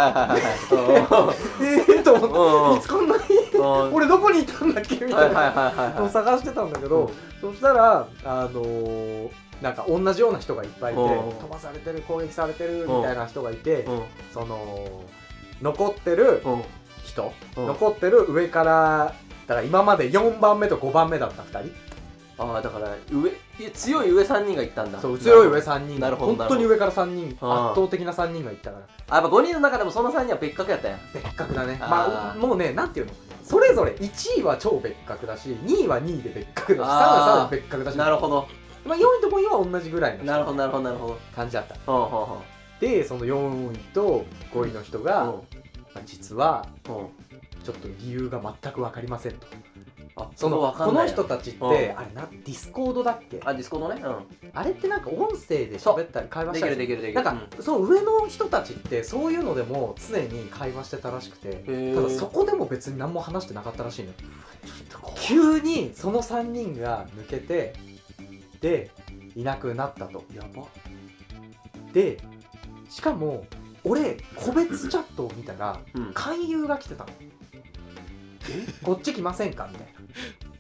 の。と思って見つかんない。俺どこにいたんだっけみたいなのを探してたんだけど、そしたらなんか同じような人がいっぱいいて、飛ばされてる、攻撃されてるみたいな人がいて、その残ってる人、残ってる上からだから今まで4番目と5番目だった2人。
だから強い上3人がいったんだ。
そう、強い上3人。なるほど。本当に上から3人、圧倒的な3人がいったから。
やっぱ5人の中でもその3人は別格やったんや。
別格だね。まあもうね、なんていうの、それぞれ1位は超別格だし、2位は2位で別格だし、3位は3位で別格だし。
なるほど。
まあ4位と5位は同じぐらいの感じだった。でその4位と5位の人が実はちょっと理由が全く分かりませんと。この人たちってあれディスコードだっけ？
ディスコードね。
あれってなんか音声で喋ったり会話したり
できる。
なんかその上の人たちってそういうのでも常に会話してたらしくて、ただそこでも別に何も話してなかったらしいの。急にその3人が抜けてでいなくなったと。
やば。
でしかも俺個別チャットを見たら勧誘が来てたの。こっち来ませんかみたいな。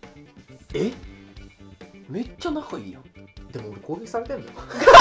めっちゃ仲いいやん。
でも俺攻撃されてんのよ。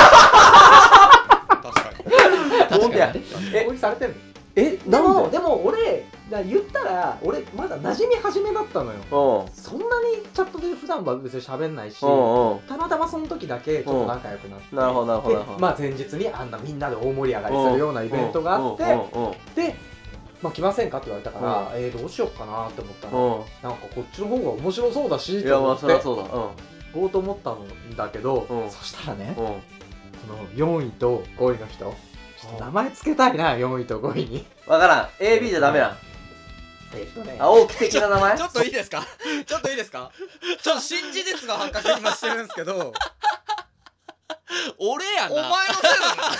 確かに
攻撃されてんの。でも俺言ったら俺まだ馴染み始めだったのよ。そんなにチャットで普段は別に喋んないし、たまたまその時だけちょっと仲良くなって、
なるほど。
まあ前日にあんなみんなで大盛り上がりするようなイベントがあって、で来ませんかって言われたからどうしよっかなって思ったら、なんかこっちの方が面白そうだしって思って、 こうと思ったんだけど、そしたらね、この4位と5位の人、ちょっと名前つけたいな、4位と5位に。
わからん。AB じゃダメなん。青木的な名前
ちょっといいですかちょっといいですかちょっと新事実が発覚今してるんですけど
俺やな
お前のせいだな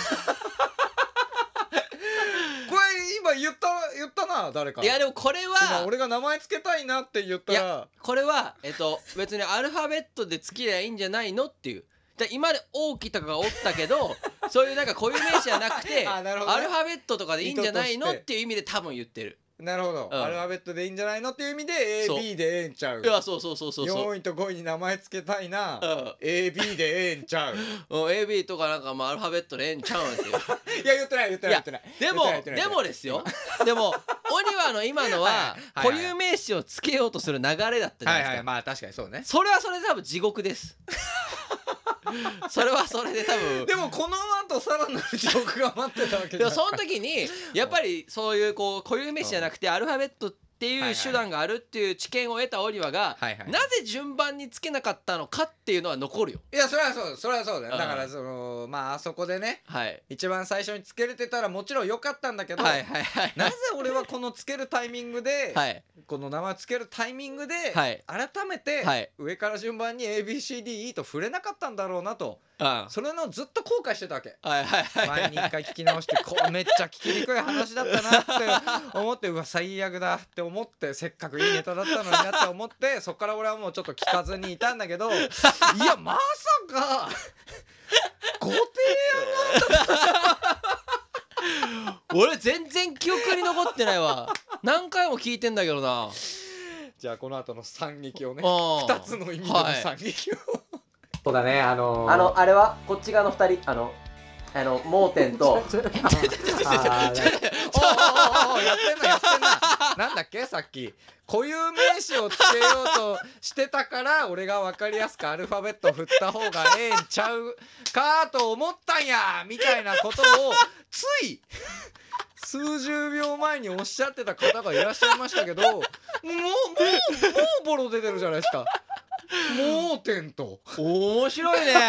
これ今言ったな誰か。
いやでもこれは
今俺が名前つけたいなって言ったら
これは別にアルファベットでつけりゃいいんじゃないのっていう。今まで王毅とかがおったけどそういうなんか固有名詞じゃなくてアルファベットとかでいいんじゃないのっていう意味で多分言ってる。
なるほど、アルファベットでいいんじゃないのっていう意味で AB でええんちゃう。
いやそう
4位と5位に名前つけたいな、AB でええんちゃう。
AB とかなんかアルファベットでええんちゃうんっていう
いや言ってない
でもですよでもオリバーの今のは固有名詞をつけようとする流れだったじゃないですか。
まあ確かにそうね。
それはそれで多分地獄ですそれはそれで多分
でもこの後さらなる地獄が待ってたわけ
じゃん。その時にやっぱりそういう固有名詞じゃなくてアルファベットっていう手段があるっていう知見を得たオリバがなぜ順番につけなかったのかっていうのは残るよ。
いやそれはそうだよ。だからまああそこでね一番最初につけれてたらもちろん良かったんだけど、なぜ俺はこのつけるタイミングでこの名前つけるタイミングで改めて上から順番に ABCDE と触れなかったんだろうなと、それのずっと後悔してたわけ。前に一回聞き直してめっちゃ聞きにくい話だったなって思って、うわ最悪だって思って、せっかくいいネタだったのになって思って、そっから俺はもうちょっと聞かずにいたんだけどいやまさかご提案
が俺全然記憶に残ってないわ。何回も聞いてんだけどな。
じゃあこの後の惨劇をね、2つの意味での惨劇を
そうだね、
あれはこっち側の2人盲点と
やってんななんだっけさっき固有名詞をつけようとしてたから俺が分かりやすくアルファベット振った方がええんちゃうかと思ったんやみたいなことをつい数十秒前におっしゃってた方がいらっしゃいましたけど、もうボロ出てるじゃないですか。盲点と
面白いね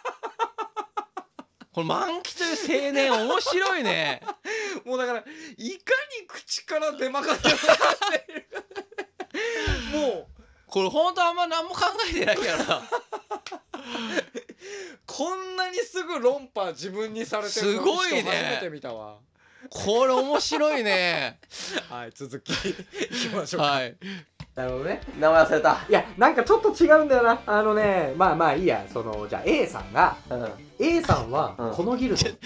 これ満期という青年面白いね
もうだからいかに口から出まかせなっているもう
これほんとあんま何も考えてないからな
こんなにすぐ論破自分にされてるの初めて見たわ。
これ面白いね
はい、続きいきましょうか。
なるほどね。
名前忘れた。
いやなんかちょっと違うんだよな。まあいいや。じゃあ A さんが、A さんはこのギルド
あ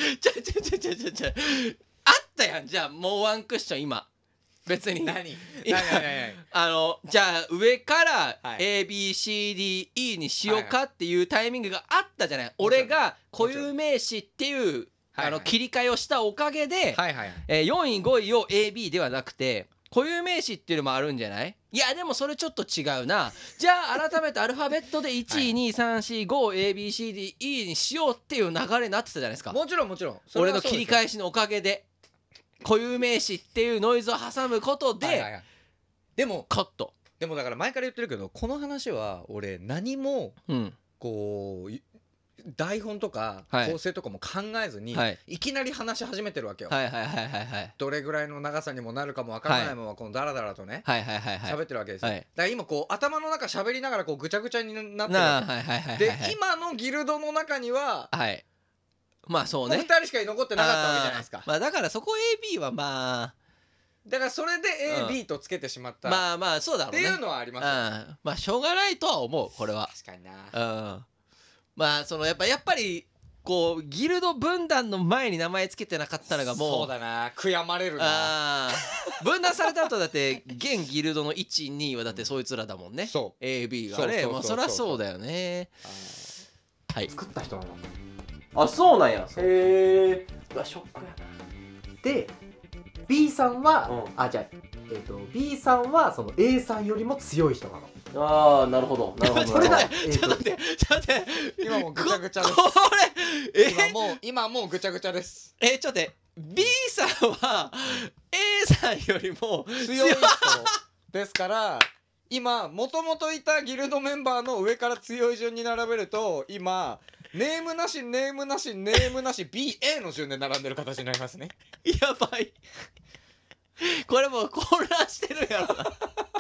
ったやん。じゃあもうワンクッション今別に
何
じゃあ上から ABCDE にしようかっていうタイミングがあったじゃない。俺が固有名詞っていう切り替えをしたおかげで4位5位を AB ではなくて固有名詞っていうのもあるんじゃない？いやでもそれちょっと違うな。じゃあ改めてアルファベットで1位2位3 4 5 ABCDE にしようっていう流れになってたじゃないですか。
もちろん
俺の切り返しのおかげで固有名詞っていうノイズを挟むことで
でも
カット。
でもだから前から言ってるけどこの話は俺何もこう台本とか構成とかも考えずにいきなり話し始めてるわけよ。どれぐらいの長さにもなるかもわからないままこのダラダラとね喋ってるわけですよ。だから今こう頭の中喋りながらこうぐちゃぐちゃになってるわけで、今のギルドの中には
まあそうね
2人しか残ってなかったわけじゃないですか。
まあだからそこ AB はまあ
だからそれで AB とつけてしまった
まあそうだろうね
っていうのはありますよ。
まあしょうがないとは思うこれは。
確かにな。
まあやっぱりこうギルド分断の前に名前つけてなかったのがもう
そうだな悔やまれるな。
分断された後だって現ギルドの 1,2 はだってそいつらだもんね。
そう
AB がね。まあそりゃそうだよね。
作った人なの。
あそうなんや。へえ。うわショックやな。
で B さんはB さんはその A さんよりも強い人なの。
ああなるほどなるほど。
ちょっと待って
今もうぐちゃぐちゃです。
これ
今もうぐちゃぐちゃです。
ちょっと待って B さんは A さんよりも
強い人ですから今もともといたギルドメンバーの上から強い順に並べると今ネームなしネームなしネームなし BA の順で並んでる形になりますね。
やばい。これもう混乱してるやろな。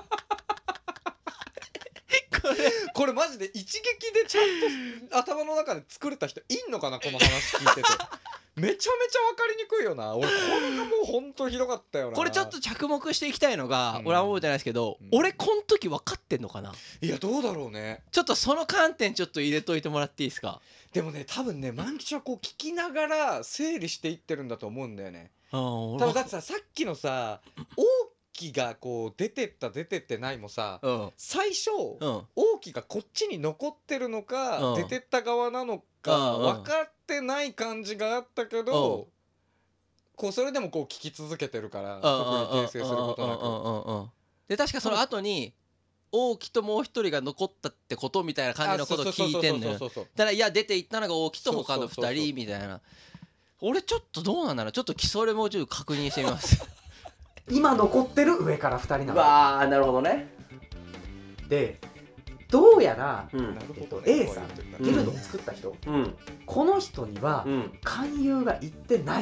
これマジで一撃でちゃんと頭の中で作れた人いんのかなこの話聞いてて。めちゃめちゃ分かりにくいよな。俺これがもうほんとひどかったよな。
これちょっと着目していきたいのが、俺は覚えてないですけど、俺こん時分かってんのかな。
いやどうだろうね。
ちょっとその観点ちょっと入れといてもらっていいですか。
でもね多分ね万吉はこう聞きながら整理していってるんだと思うんだよね。多分だってさっきのさ王毅がこう出てった出てってないもさ、最初、王毅がこっちに残ってるのか、出てった側なのか分かってない感じがあったけど、こうそれでもこう聞き続けてるから特に訂正することなく。
で確かその後に王毅ともう一人が残ったってことみたいな感じのこと聞いてんのよ。ただいや出ていったのが王毅と他の2人みたいな。俺ちょっとどうなんだろう。ちょっとそれもちょっと確認してみます。
今残ってる上から2人なの。
わあなるほどね。
でどうやら、A さんギルドを作った人、この人には勧誘がいってない。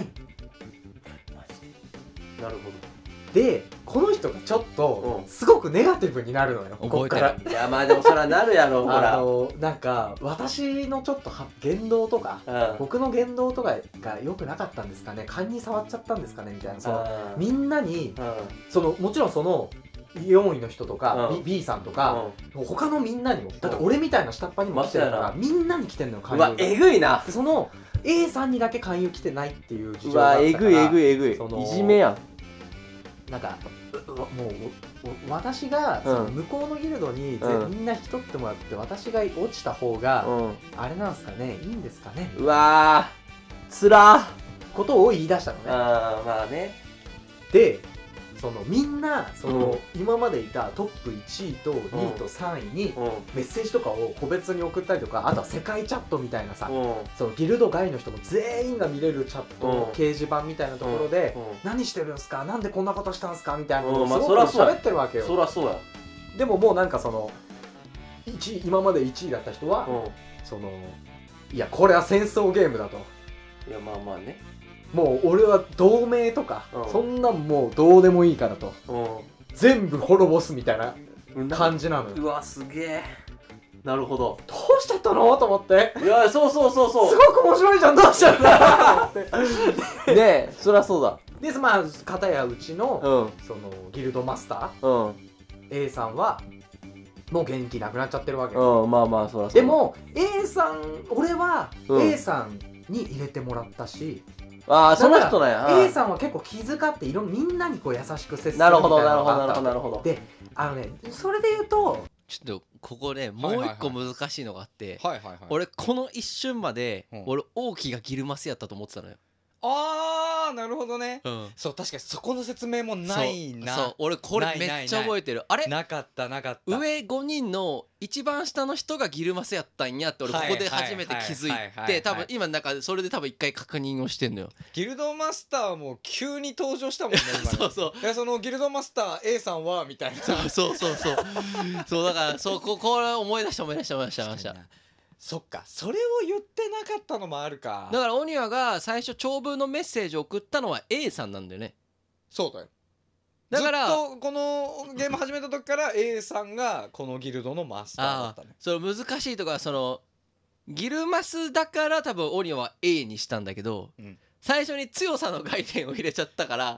なるほど。
でこの人がちょっとすごくネガティブになるのよ、ここから。
いやまあでもそれはなるやろ。ほら
なんか私のちょっと言動とか、僕の言動とかが良くなかったんですかね、勘に触っちゃったんですかねみたいな、そのみんなにそのもちろんその4位の人とか B さんとか他のみんなにも、だって俺みたいな下っ端にも来てるからみんなに来てんのよ勧誘が。
えぐいな。
その A さんにだけ勧誘来てないっていう事情があったから。
えぐいえぐいえぐい。いじめやん。
なんかもう私がその向こうのギルドにみんな引き取ってもらって私が落ちた方があれなんすかね、いいんですかね。
うわーつらー
ことを言い出したのね。
まあね。
でそのみんなその今までいたトップ1位と2位と3位にメッセージとかを個別に送ったりとか、あとは世界チャットみたいなさ、そのギルド外の人も全員が見れるチャットの掲示板みたいなところで何してるんすか、なんでこんなことしたんすかみたいなのをすごく喋ってるわけよ。
そりゃそうや。
でももうなんかその今まで1位だった人はそのいやこれは戦争ゲームだと。
いやまあまあね。
もう俺は同盟とかそんなんもうどうでもいいからと、全部滅ぼすみたいな感じなのよ。
うわすげえ。なるほど。
どうしちゃったのと思って。
いやそうそうそうそう。
すごく面白いじゃん、どうしちゃったのと思って。
ねえそりゃそうだ。
でまあ片やうちのそのギルドマスター A さんはもう元気なくなっちゃってるわけよ。
まあまあそりゃそうだ。
でも A さん俺は A さんに入れてもらったし、
ああその人なんや。
A さんは結構気遣ってみんなにこう優しく接するみたいなのがあった。
なるほど。
でそれで言うと
ちょっとここでもう一個難しいのがあって、俺この一瞬まで俺王毅がギルマスやったと思ってたのよ。
あーなるほどね。そう確かにそこの説明もないな。
そう俺これめっちゃ覚えてる。あれ
なかった上
5人の一番下の人がギルマスやったんやって俺ここで初めて気づいて、多分今なんかそれで多分一回確認をしてんのよ。
ギルドマスターも急に登場したもんね今ね。
そうそう。
そのギルドマスター A さんはみたいな。
そうそうだからこれ思い出した。
そっかそれを言ってなかったのもあるか。
だからオニワが最初長文のメッセージを送ったのは A さんなんだよね。
そうだよ。だからずっとこのゲーム始めた時から A さんがこのギルドのマスターだったね。
その難しいとかそのギルマスだから多分オニワは A にしたんだけど、最初に強さの概念を入れちゃったから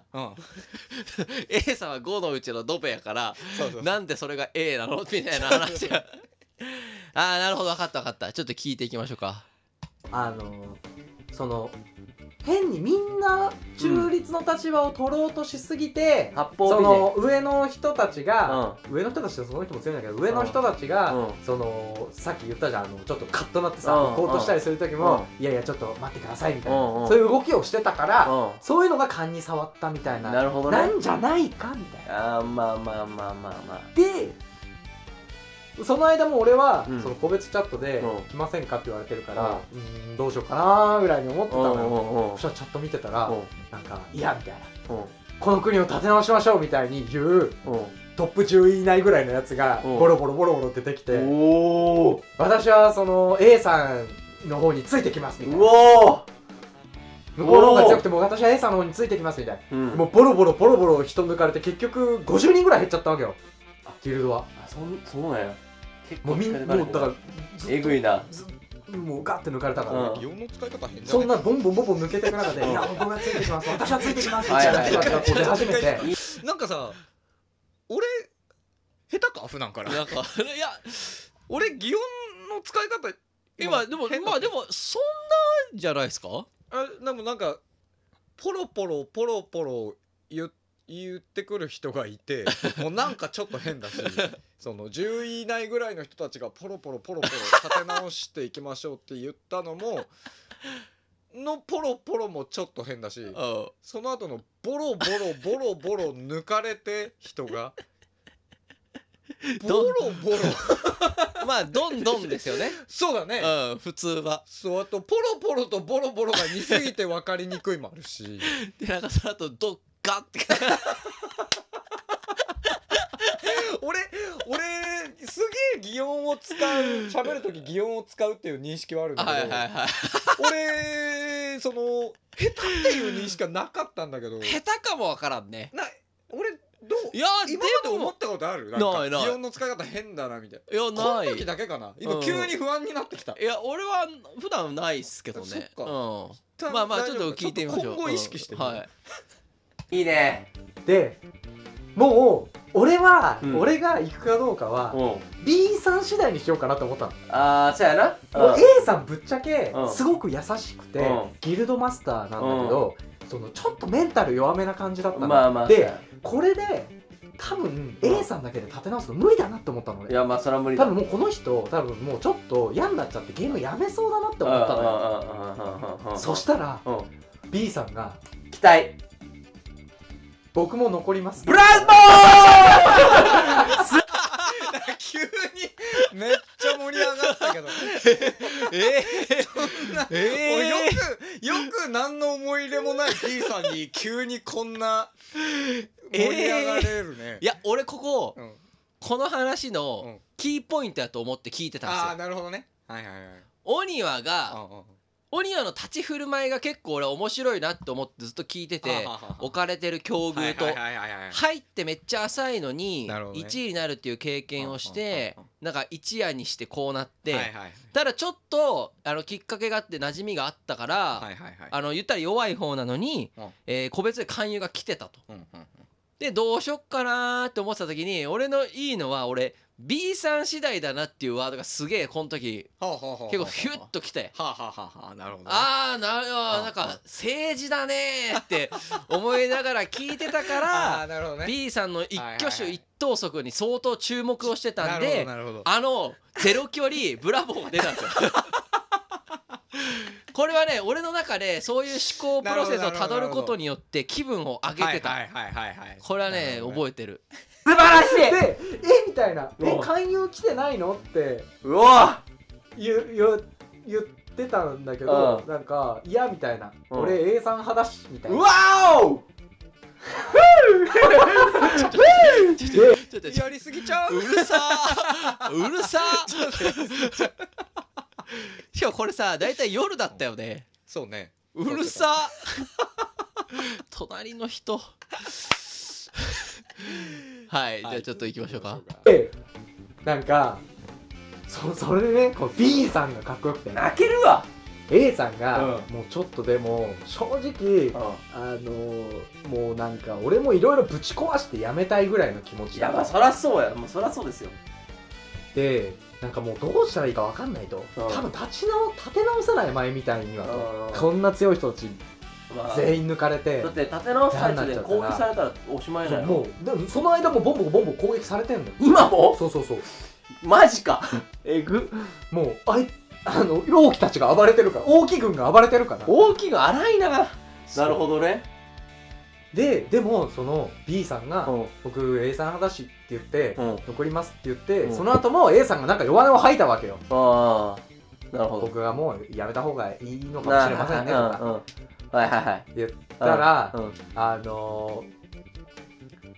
、A さんは5のうちのドベやからなんでそれが A なのみたいな話がなるほど分かったちょっと聞いていきましょうか。
その変にみんな中立の立場を取ろうとしすぎて、その上の人たちが、上の人たちはその人も強いんだけど、上の人たちがそのさっき言ったじゃん、ちょっとカッとなってさこうとしたりする時もいやいやちょっと待ってくださいみたいな、そういう動きをしてたからそういうのが勘に触ったみたいな、なんじゃないかみたいな。
まあ
でその間も俺はその個別チャットで来ませんかって言われてるからどうしようかなぐらいに思ってたのよ。そしたらチャット見てたらなんかいやみたいな、この国を立て直しましょうみたいに言うトップ10位以内ぐらいのやつがボロボロボロボロ出てきて、私はその A さんの方についてきますみたいな。向こうの方が強くても私は A さんの方についてきますみたいな。もうボロボロボロボロ人抜かれて結局50人ぐらい減っちゃったわけよ、ギルドは。
そうなんや。
もうだから
えぐいな。
もうガッて抜かれたからね。
擬音の使い方変じゃない？
そんなボンボンボンボン抜けていく中で「いや僕がついてきます私はついてきます」みたいな人たちがこう出始めて、
なんかさ、俺下手か普段から。
なんかいや
俺擬音の使い方
今でもまあでもそんなじゃないですか。
でもなんかポロポロポロポロ言ってくる人がいてもうなんかちょっと変だしその10位以内ぐらいの人たちがポロポロポロポロ立て直していきましょうって言ったのもポロポロもちょっと変だし、その後のボロボロボロボロ抜かれて人がボロボロ
まあどんどんですよね。
そうだね、
普通は。
そう、あとポロポロとボロボロが似すぎて分かりにくいもあるし
でなんかその後ドッガッて
俺すげえ擬音を使う、喋る時擬音を使うっていう認識はあるんだけど、俺その下手っていう認識はなかったんだけど。
下手かもわからんね。
俺どう？いや今まで思ったことある？なんか擬音の使い方変だなみたいな。
いやない。
この時だけかな。今急に不安になってきた。
いや俺は普段ないっすけどね。まあまあちょっと聞いてみましょう。
今後意識してみる。
いいね。
でもう俺が行くかどうかは B さん次第にしようかなと思ったの。
そうやな。
A さんぶっちゃけすごく優しくてギルドマスターなんだけど、そのちょっとメンタル弱めな感じだったので、これで多分 A さんだけで立て直すの無理だなって思ったのね。
いやまあそれは無理だ。
多分もうこの人多分もうちょっと嫌になっちゃってゲームやめそうだなって思ったのよ。そしたら B さんが
期待、
僕も残ります。
ブラボー
急にめっちゃ盛り上がったけどそんなよく何の思い入れもない B さんに急にこんな盛り上がれるね。
いや俺この話のキーポイントやと思って聞いてたんですよ。
なるほどね。はいはいはい。
オニワの立ち振る舞いが結構俺面白いなって思ってずっと聞いてて、置かれてる境遇と入ってめっちゃ浅いのに1位になるっていう経験をしてなんか一夜にしてこうなって、ただちょっときっかけがあって馴染みがあったから言ったら弱い方なのに個別で勧誘が来てたと。でどうしよっかなーって思ってた時に俺のいいのは俺B さん次第だなっていうワードがすげえこの時結構ヒュッときて、
なるほど。
なんか政治だねーって思いながら聞いてたからB さんの一挙手一投足に相当注目をしてたんでゼロ距離ブラボーが出たんですよこれはね俺の中でそういう思考プロセスをたどることによって気分を上げてた。これはね覚えてる。
素晴らしい。
でみたいな勧誘来てないのって言ってたんだけど、なんか嫌みたいな、俺 A さん派だしみたいな。
うわお
やりすぎちゃう。
うるさしかもこれさだいたい夜だったよね。
そうね。
うるさ隣の人はいじゃあちょっと行きましょうか。
なんかそれでねB さんがかっこよくて
泣けるわ。
A さんがもうちょっとでも正直もうなんか俺もいろいろぶち壊してやめたいぐらいの気持ち。
いやまあそらそうや、もうそらそうですよ。
でなんかもうどうしたらいいか分かんないと、多分立て直せない前みたいにはと、こんな強い人たち全員抜かれて、
だって立て直す最中で攻撃されたらおしまいだよ。
もうでもその間もボンボン攻撃されてんの。
今も？
そう
マジかえぐ。
もう王騎たちが暴れてるから、王騎軍が暴れてるから。
王騎軍荒いな。なるほどね。
でもその B さんが僕 A さん派だしって言って残りますって言って、その後も A さんがなんか弱音を吐いたわけよ。
なるほど。
僕がもうやめた方がいいのかもしれませんねとか言ったら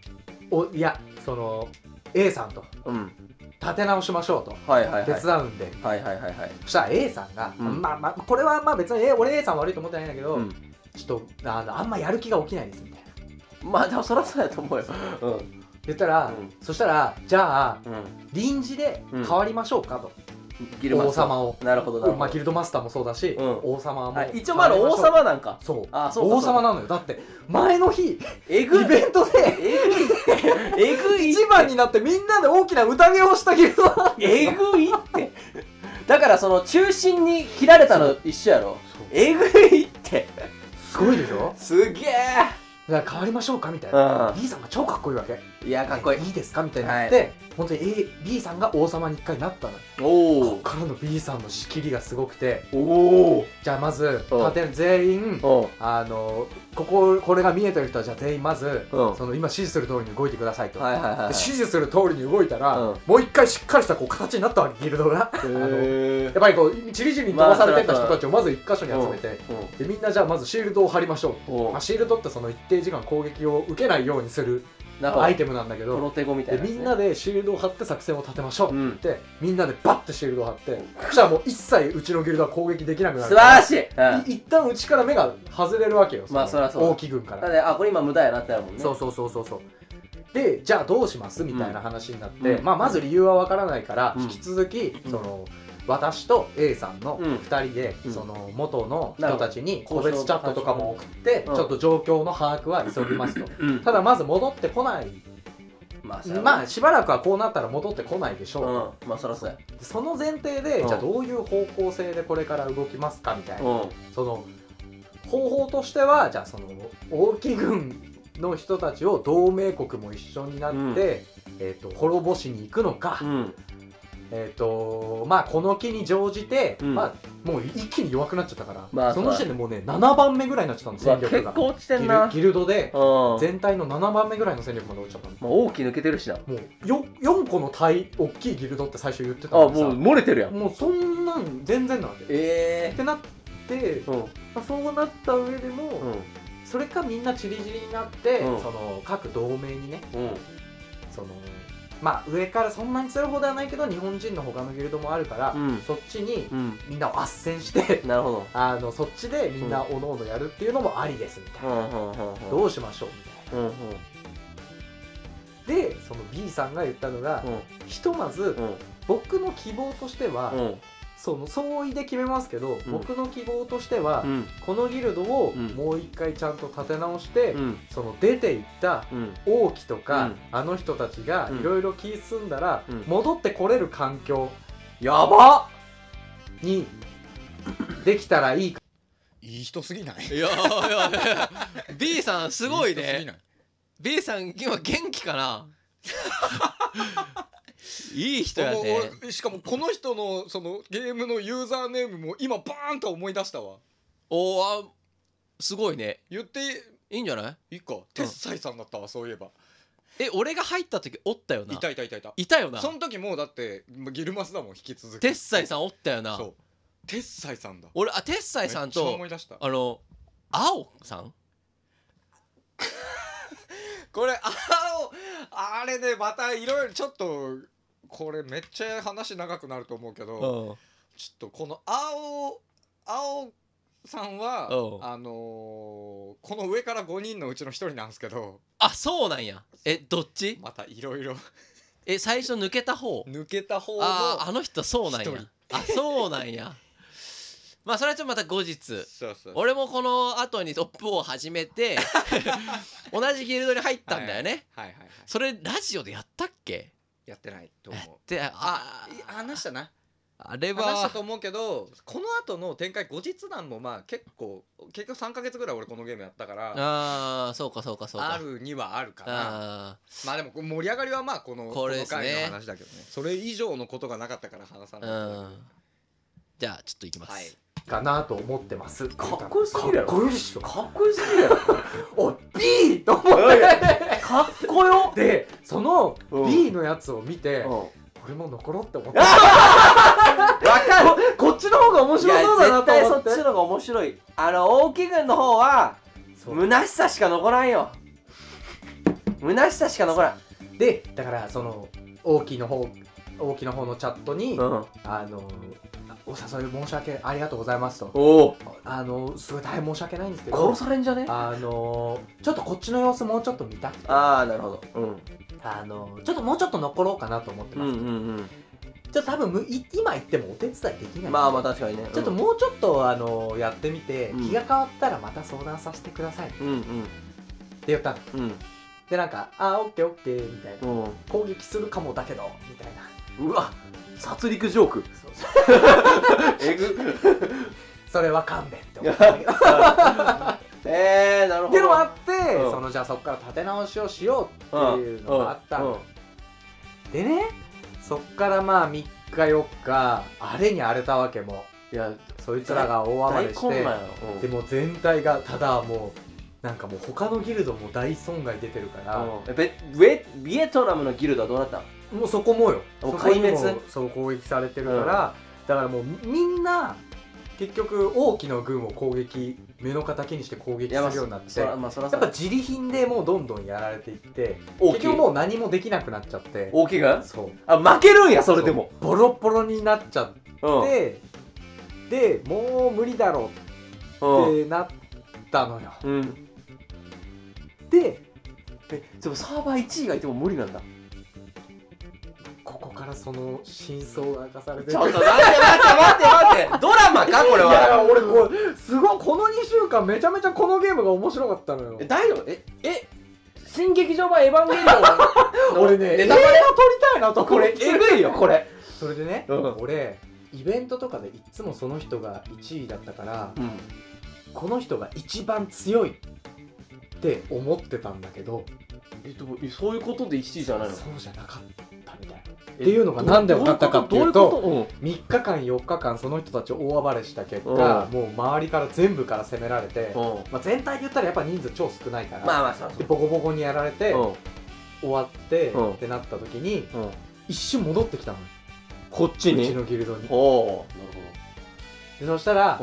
いやその A さんと立て直しましょうと手伝うんで、そしたら A さんが、まあこれはまあ別に俺 A さん悪いと思ってないんだけど、ちょっとあんまやる気が起きないですみたいな。
まあでもそりゃそうやと思うよ。
言ったら、そしたらじゃあ臨時で変わりましょうかと。王様を。
なるほどなるほど。
まあギルドマスターもそうだし、王様も
一応まだ王様なんか。
そう。王様なのよ。だって前の日イベントで
えぐい
一番になってみんなで大きな宴をしたギルドなんだ。
えぐいって。だからその中心に切られたの一緒やろ。えぐいって。
すごいでしょ。
すげえ。
だから変わりましょうかみたいな。B さんが超かっこいいわけ。
いやかっこいい。
いいですかみたいになって、本当に B さんが王様に一回なったの。こっからの B さんの仕切りがすごくて、じゃあまず全員これが見えてる人はじゃあ全員まずその今指示する通りに動いてくださいと。指示する通りに動いたらもう一回しっかりした形になったわけギルドが。やっぱりこうちりぢりに飛ばされてた人たちをまず一箇所に集めて、でみんなじゃあまずシールドを貼りましょう。シールドってその一定時間攻撃を受けないようにするアイテムなんだけど、みんなでシールドを貼って作戦を立てましょうってみんなでバッてシールドを貼って、そしたらもう一切うちのギルドは攻撃できなくなる。
素晴らしい。
一旦うちから目が外れるわけよ。
まあそりゃそう。
王騎軍から。
だってこれ今無駄やなってなるもんね。
そうでじゃあどうしますみたいな話になって、まず理由はわからないから引き続きその私と A さんの2人でその元の人たちに個別チャットとかも送ってちょっと状況の把握は急ぎますと。ただまず戻ってこない、まあしばらくはこうなったら戻ってこないでしょう。
まあそらそうや。
その前提でじゃあどういう方向性でこれから動きますかみたいな、その方法としてはじゃあその王騎軍の人たちを同盟国も一緒になって滅ぼしに行くのか、まあこの気に乗じて、まあもう一気に弱くなっちゃったから、その時点でもうね7番目ぐらいになっちゃったの戦力が。
結構落ちてんな。
ギルドで全体の7番目ぐらいの戦力まで落ちちゃったの。
もう王騎抜けてるしな。
もう4個の大きいギルドって最初言ってたのにさ、
もう漏れてるやん。
もうそんなん全然なわけ。ってなって、そうなった上でもそれかみんなチリチリになってその各同盟にね、そのまあ上からそんなに強い方ではないけど日本人の他のギルドもあるから、そっちにみんなを斡旋して
なるほ
どそっちでみんなおのおのやるっていうのもありですみたいな、どうしましょうみたいな。でその B さんが言ったのが、ひとまず僕の希望としては、その相違で決めますけど、僕の希望としては、このギルドをもう一回ちゃんと立て直して、その出ていった王騎とか、あの人たちがいろいろ気進んだら、戻ってこれる環境やばにできたらいいか。
いい人すぎない？
いや B さんすごいね。B さん今元気かな。いい人やね。
しかもこの人のそのゲームのユーザーネームも今バーンと思い出したわ。
すごいね。
言って
いいんじゃない？
いいか。テッサイさんだったわ、そういえば。
俺が入った時おったよな。
いた
よな。
その時もうだってギルマスだもん引き続き。
テッサイさんおったよな。
そう。テッサイさんだ。
俺テッサイさんと
思い出した。
青さん
これあれね、またいろいろちょっとこれめっちゃ話長くなると思うけど、ちょっとこの青さんはこの上から5人のうちの1人なんですけど。
そうなんや。どっち？
またいろいろ
最初抜けた方
の
あの人そうなんや。そうなんや。まあそれはちょっとまた後日。俺もこの後にトップを始めて同じギルドに入ったんだよね。それラジオでやったっけ？
やってないと思う。話したな。
あれは
話したと思うけど、この後の展開後日談もまあ結局3ヶ月ぐらい俺このゲームやったから、
そうか
あるにはあるかな。まあでも盛り上がりはまあこの回の話だけどね。それ以上のことがなかったから話さない。
じゃあちょっといきます。
かなと思ってます。
かっこよすぎるやろ。
かっこいいっしょ。
かっこよすぎるやろ。
おい B と思って
かっこよ。
でその B のやつを見て、俺も残ろうって思った。
わかる。
こっちの方が面白そうだなと思って。
絶対そっちの方が面白い。王騎軍の方は虚しさしか残らんよ。 虚しさしか残ら
んで、だからその大きいの方のチャットに、お誘い申し訳ありがとうございますと。すごい大変申し訳ないんですけど、
殺されんじゃね？
ちょっとこっちの様子もうちょっと見たくて、
なるほど。
ちょっともうちょっと残ろうかなと思ってます。ちょっと多分今言ってもお手伝いできない。
まあ確かにね。
ちょっともうちょっとやってみて、気が変わったらまた相談させてください。って言ったの。でなんかオッケーオッケーみたいな。攻撃するかもだけどみたいな。
うわ、殺戮ジョーク。えぐ。
それは勘弁って思ったんだけど。
なるほど。
っていうのもあって、じゃあそこから立て直しをしようっていうのがあったの。でね、そっからまあ3日4日荒れに荒れたわけも。いや、そいつらが大暴れして、でも全体がただもうなんかもう他のギルドも大損害出てるから。
ビエトナムのギルドはどうなったの？
もうそこもよ。
壊滅？
そう攻撃されてるから、だからもうみんな結局王騎の軍を目の敵にして攻撃するようになって、やっぱ自利品でもうどんどんやられていって、結局もう何もできなくなっちゃって。
王騎が？
そう。
負けるんや、それでも。
ボロボロになっちゃって、でもう無理だろうってなったのよ。で
もサーバー1位がいても無理なんだ。
ここからその真相が明かされてる。
ちょっと待ってドラマかこれは。
いや俺すごいこの2週間めちゃめちゃこのゲームが面白かったのよ。
大丈夫？新劇場版エヴァンゲリオン
俺ね映画撮りたいなと。
これえぐいよこれ。
それでね、俺イベントとかでいつもその人が1位だったから、この人が一番強いって思ってたんだけど、
そういうことで1位じゃないの？
そうじゃなかったみたいな。っていうのがなんで分かったかっていうと、3日間4日間その人たち大暴れした結果、もう周りから全部から攻められて、全体で言ったらやっぱ人数超少ないから、でボコボコにやられて終わってってなった時に一瞬戻ってきたの。
こっちに？
うちのギルドに。
なるほ
ど。でそしたら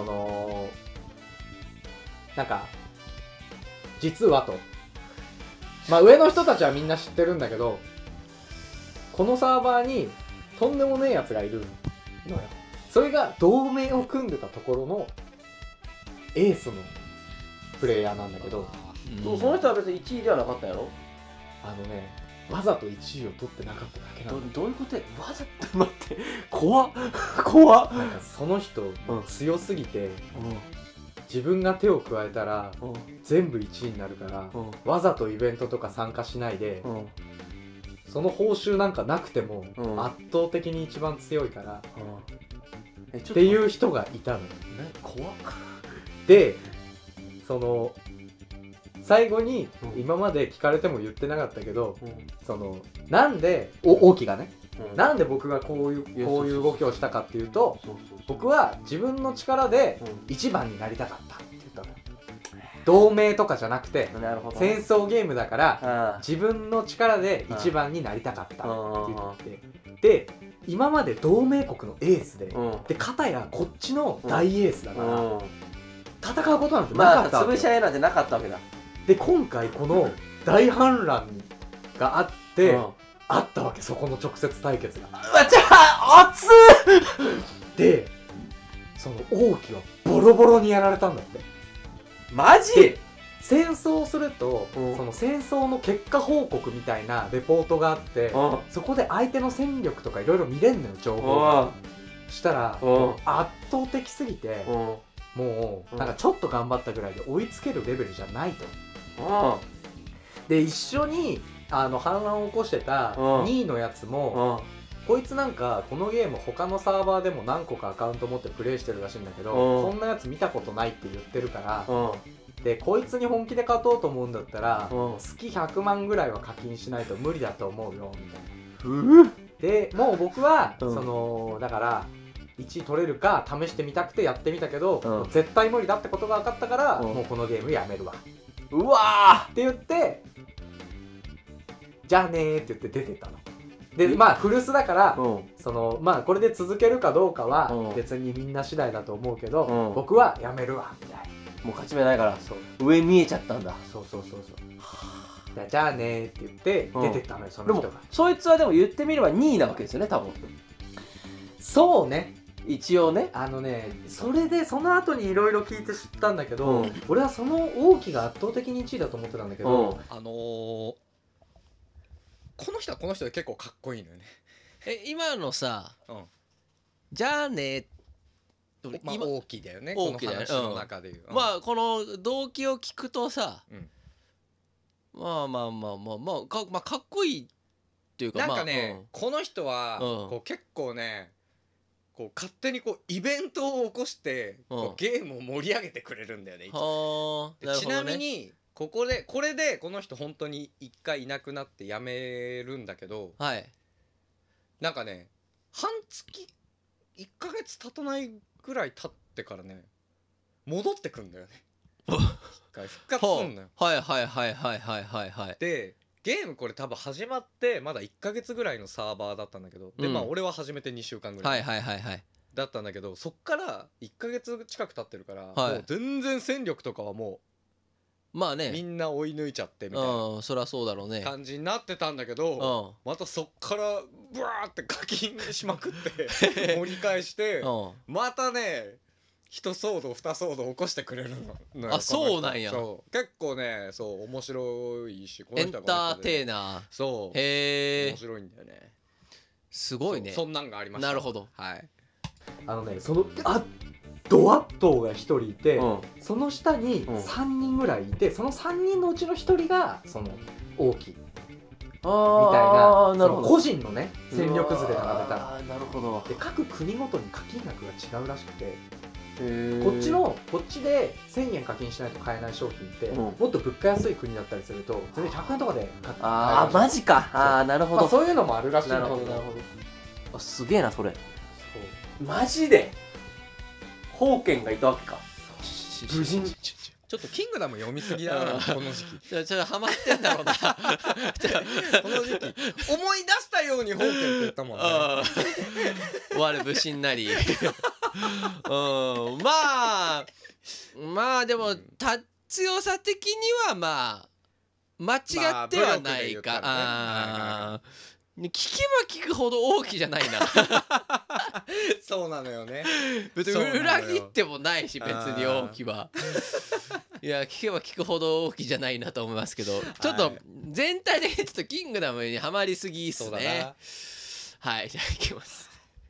なんか実はと、まあ上の人たちはみんな知ってるんだけど、このサーバーにとんでもねえやつがいるのよ。それが同盟を組んでたところのエースのプレイヤーなんだけど、
その人は別に1位ではなかったんやろ？
わざと1位を取ってなかっただけなの。
どういうことや？わざと待って怖っ。
なんかその人強すぎて、自分が手を加えたら全部1位になるから、わざとイベントとか参加しないで、その報酬なんかなくても圧倒的に一番強いから、っていう人がいたの。
怖っ。
で最後に今まで聞かれても言ってなかったけど、なんで王騎がね、なんで僕がこういう動きをしたかっていうと、僕は自分の力で一番になりたかったって言ったのよ。同盟とかじゃなくて戦争ゲームだから自分の力で一番になりたかったって言って、で今まで同盟国のエースで片やこっちの大エースだから戦うことなんてなかったわけ。
潰し合いなんてなかったわけだ。
で今回この大反乱があってあったわけ、そこの直接対決が。
熱っ。
でその王騎はボロボロにやられたんだって。
マジ？
戦争すると、その戦争の結果報告みたいなレポートがあって、そこで相手の戦力とかいろいろ見れんのよ、情報が。したら圧倒的すぎて、もうなんかちょっと頑張ったぐらいで追いつけるレベルじゃないと。で一緒に反乱を起こしてた2位のやつも、こいつなんかこのゲーム他のサーバーでも何個かアカウント持ってプレイしてるらしいんだけど、そんなやつ見たことないって言ってるから、でこいつに本気で勝とうと思うんだったら月100万ぐらいは課金しないと無理だと思うよみたいな。でもう僕はだから1位取れるか試してみたくてやってみたけど、絶対無理だってことが分かったから、もうこのゲームやめるわ。
うわ
って言ってじゃあねーって言って出てったの。でまあ古巣だから、まあこれで続けるかどうかは別にみんな次第だと思うけど、僕はやめるわみたいな。
もう勝ち目ないから上見えちゃったんだ。
そうじゃあねって言って出てったのよ、その人が。
でもそいつはでも言ってみれば2位なわけですよね、多分。
そうね、
一応ね。
それでその後にいろいろ聞いて知ったんだけど、俺はその王毅が圧倒的に1位だと思ってたんだけど、
この人はこの人で結構かっこいいのよね。
今のさ、じゃあね、
まあ大きいだよね、この話の中でいう。
まあこの動機を聞くとさ、まあかっこいいっていうか、
なんかね、この人はこう結構ね、こう勝手にこうイベントを起こしてゲームを盛り上げてくれるんだよね。ちなみにこれでこの人本当に一回いなくなって辞めるんだけど、なんかね、半月1ヶ月経たないぐらい経ってからね、戻ってくんだよね。一回復活すんのよ。でゲームこれ多分始まってまだ1ヶ月ぐらいのサーバーだったんだけど、でまあ俺は始めて2週間ぐらいだったんだけど、そっから1ヶ月近く経ってるから、もう全然戦力とかはもうまあね、みんな追い抜いちゃってみたいな、
そりゃそうだろうね
感じになってたんだけど、またそっからブワーって課金しまくって盛り返してまたね、一騒動二騒動起こしてくれるの。
そうなんや。
結構ね、そう面白いし、
エンターテイナー。
そう面白いんだよね。
すごいね。
そんなんがありました。
なるほど。
はい。
そのドアットが1人いて、その下に3人ぐらいいて、その3人のうちの1人がその王毅みたいな個人のね戦力図で並べたら。
なるほど。
で各国ごとに課金額が違うらしくて、こっちで1000円課金しないと買えない商品って、もっと物価安い国だったりすると全然100円とかで買える。
ああマジか。なるほど。
そういうのもあるらしいんだけど。なるほ
ど。すげえなそれ。マジで封建がいたわけか。
無人。
ちょっとキングダム読みすぎだな、この時期。
ちょっとハマってんだろうな。こ
の時期思い出したように封建って言ったもんね。
我武神なり。まあでも強さ的にはまあ間違ってはないか。聞けば聞くほど大きじゃないな。
そうなのよね。
別に裏切ってもないし、別に大きは。いや、聞けば聞くほど大きじゃないなと思いますけど、ちょっと全体的にちょっとキングダムにはまりすぎっすね。はい、じゃあいきます。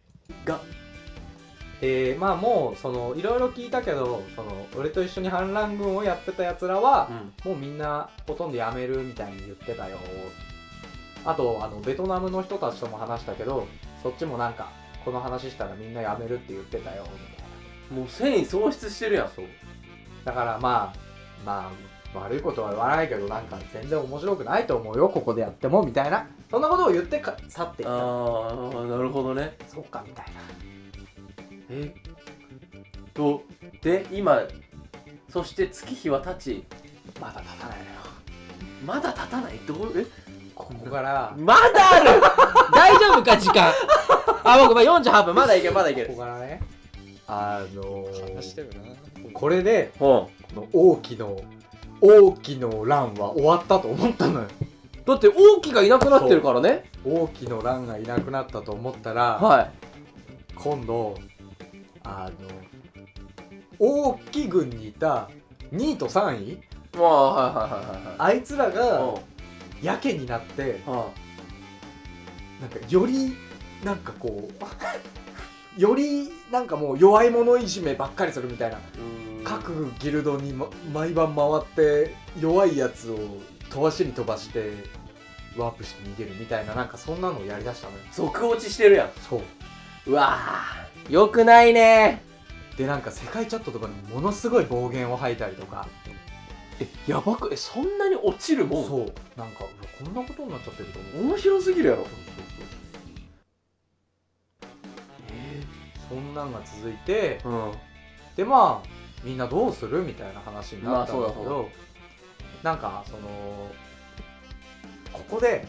まあもういろいろ聞いたけど、俺と一緒に反乱軍をやってたやつらは、もうみんなほとんどやめるみたいに言ってたよ。あとベトナムの人たちとも話したけど、そっちもなんかこの話したらみんなやめるって言ってたよみたい
な。もう繊維喪失してるやん。そう
だからまあ悪いことは言わないけど、なんか全然面白くないと思うよここでやってもみたいな、そんなことを言って去っていった。
なるほどね。
そっかみたいな。
で今そして月日は経ち、
まだ経たないのよ。
まだ経たない。
ここから
まだある。大丈夫か時間。僕48分、まだいけるまだいける。
ここからね、
話してるな。
これでこの王毅の乱は終わったと思ったのよ。
だって王毅がいなくなってるからね。
王毅の乱がいなくなったと思ったら、今度王毅軍にいた2位と3位、あいつらがやけになって、なんかよりなんかこうよりなんかもう弱い者いじめばっかりするみたいな。各ギルドに、毎晩回って弱いやつを飛ばしに飛ばしてワープして逃げるみたいな、なんかそんなのをやりだしたのよ。
即落ちしてるやん。
そう。
うわー、よくないね。
でなんか世界チャットとかにものすごい暴言を吐いたりとか。
やばく、そんなに落ちるもん。
そう、なんかこんなことになっちゃってると思う。
面白すぎるやろ。
そんなんが続いて、でまあみんなどうするみたいな話になったんだけど、なんかここで、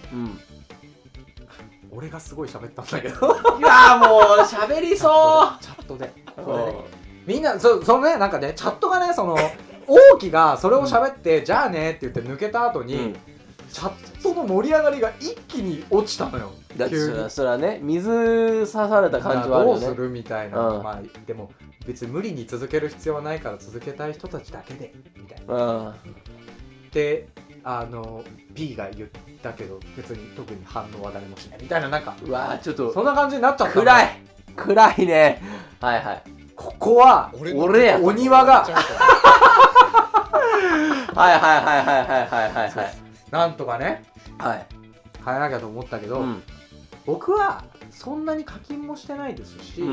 俺がすごい喋ったんだけど、
いやもう喋りそう。
チャットでみんなそのね、なんかね、チャットがね、王毅がそれを喋って、じゃあねって言って抜けた後に、 チャットの盛り上がりが一気に落ちたのよ。
だってそれはね、水刺された感じはあるよね。
どうするみたいな、まあでも別に無理に続ける必要はないから続けたい人たちだけでみたいな。でP が言ったけど別に特に反応は誰もしないみたいな、なんか
うわちょっと
そんな感じになっちゃった。
暗いね。はいはい。
ここは
俺や、
お庭が
はいはいはいはいはいはいはい。
なんとかね、
はい、
変えなきゃと思ったけど、僕はそんなに課金もしてないですし、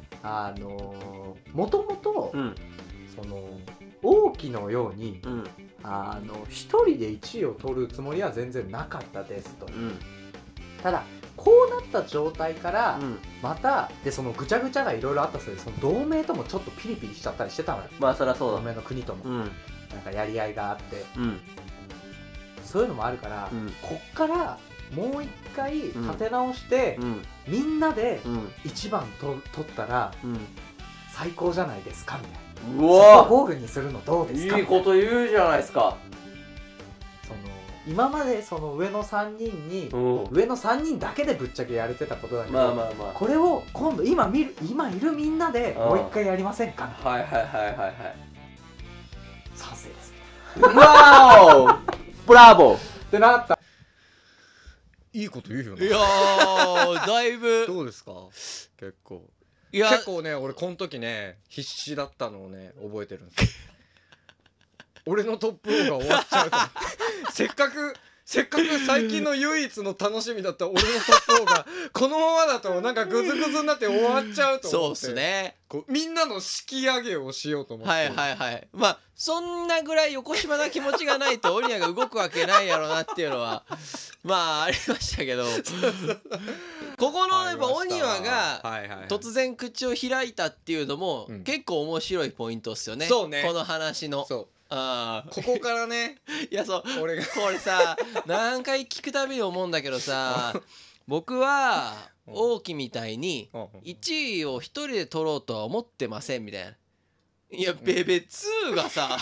もともとその王毅のように一人で1位を取るつもりは全然なかったですと。ただこうなった状態からまたでそのぐちゃぐちゃがいろいろあったせいでその同盟ともちょっとピリピリしちゃったりしてたのよ。
まあそりゃそうだ。
同盟の国ともなんかやり合いがあって、そういうのもあるから、こっからもう一回立て直して、みんなで1番取ったら最高じゃないですかみたいな。うわゴールにするのどうですか。
いいこと言うじゃないですか。
その今までその上の3人に上の3人だけでぶっちゃけやれてたことだけど、これを今度今いるみんなでもう一回やりませんか。
はいはいはいはいはい。
賛成です。
わおブラボー
ってなった。
いいこと言うよね。
いやーだいぶ
どうですか。結構ね、俺この時ね必死だったのをね覚えてるんですよ。俺のトップ4が終わっちゃうとせっかく最近の唯一の楽しみだった俺のトップ4がこのままだとなんかグズグズになって終わっちゃうと思って、
そうっすね、
こうみんなの式上げをしようと思って、
はいはいはい、まあそんなぐらい横島な気持ちがないとオニアが動くわけないやろなっていうのはまあありましたけどここのやっぱオニワが突然口を開いたっていうのも結構面白いポイントっすよね、
そうね、
この話の。
そうここからね
いやそうこれさ何回聞くたびに思うんだけどさ僕は王毅みたいに1位を一人で取ろうとは思ってませんみたいな。いやベベ2がさ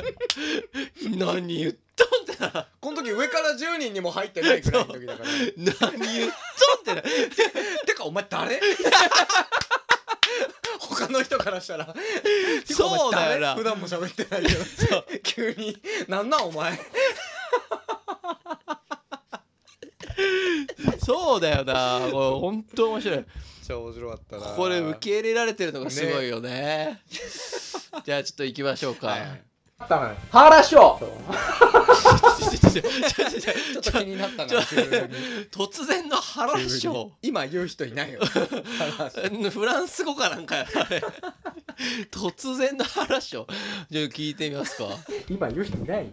何言っとんってな、
この時上から10人にも入ってないぐらいの時だから
何言っとんってな
てかお前誰他の人からしたら
そうだよな、
普段も喋ってないけど急になんなんお前
そうだよな、これ本当面白い。
超面白かったな。
これ受け入れられてるのがすごいよね。じゃあちょっと行きましょうか。
ハラショー
ちょっと気になったな。
突然のハラショー
今言う人いないよ。
フランス語かなんか突然のハラショーじゃあ聞いてみますか。今言う人いない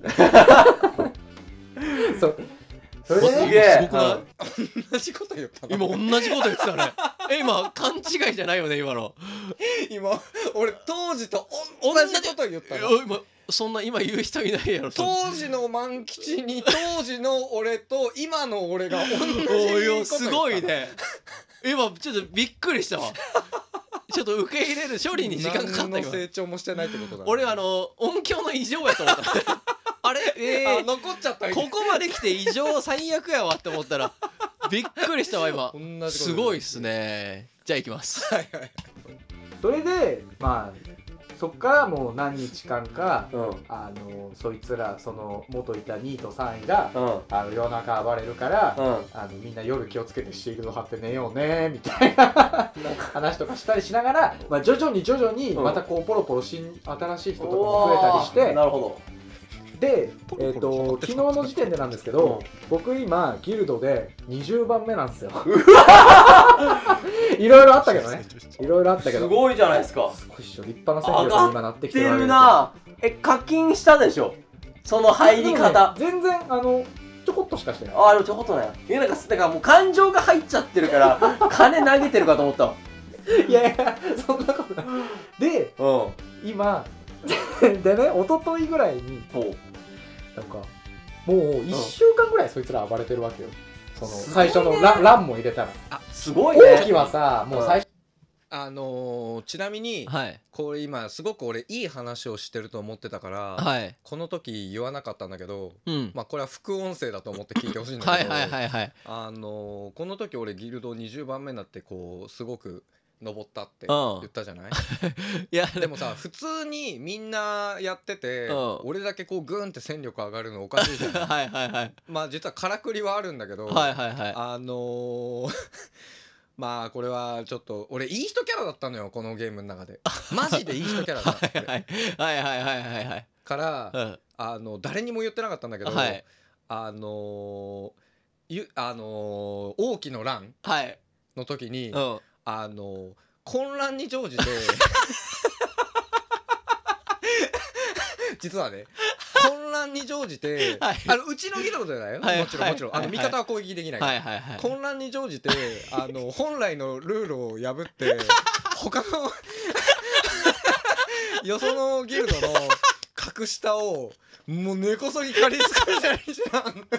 そう
それすげえ
同じこと言ったの。
今同じこと言ってたね。今勘違いじゃないよね今の。
今俺当時と同じこと言ったの。
今そんな今言う人いないやろ。
当時の万吉に当時の俺と今の俺が同じこと言った。
すごいね。今ちょっとびっくりしたわ。ちょっと受け入れる処理に時間かかった。
何の成長もしてないってことだ、ね。
俺音響の異常やと思った。あれ
残っちゃった。
ここまで来て異常最悪やわって思ったらびっくりしたわ今。すごいっすね。じゃあ行きます。
それでまあそっからもう何日間か、そいつらその元いた2位と3位が、夜中暴れるから、みんな夜気をつけてシールド貼って寝ようねみたいな話とかしたりしながら、まあ、徐々にまたこうポロポロ新しい人とかも増えたりして、
なるほど。
で、昨日の時点でなんですけど、僕今ギルドで20番目なんですよ。いろいろあったけどね。いろいろあったけど。
すごいじゃないですか。
立派な戦力に今なってきてるわけですよ。
な。課金したでしょ。その入り方。
ね、全然ちょこっとしかしてない。
でもちょこっとね。なんかもう感情が入っちゃってるから金投げてるかと思ったわ。
いやいやそんなことない。で、今でね一昨日ぐらいになんかもう1週間ぐらいそいつら暴れてるわけよ。その最初のランも入れたら。
すごいね。
王毅はさもう最初
ちなみに、
はい、
これ今すごく俺いい話をしてると思ってたから、
はい、
この時言わなかったんだけど、
うん、
まあこれは副音声だと思って聞いてほしいんだけど
こ
の時俺ギルド20番目になってこうすごく登ったって言ったじゃないいやでもさ普通にみんなやってて俺だけこうグーンって戦力上がるのおかしいじゃないはいはい、はい、まあ実はからくりはあるんだけど、はいはいはい、まあこれはちょっと俺いい人キャラだったのよこのゲームの中でマジでいい人キャラだったはいはいはいはいはいから、うん、誰にも言ってなかったんだけど、はい、王毅の乱の時に、はい、混乱に乗じて実はね混乱に乗じて、はい、うちのギルドじゃないよ、はい、もちろんもちろん、はい、味方は攻撃できないから、はいはいはい、混乱に乗じて本来のルールを破って他のよそのギルドの格下をもう根こそぎ借りつかれたりしたんだよ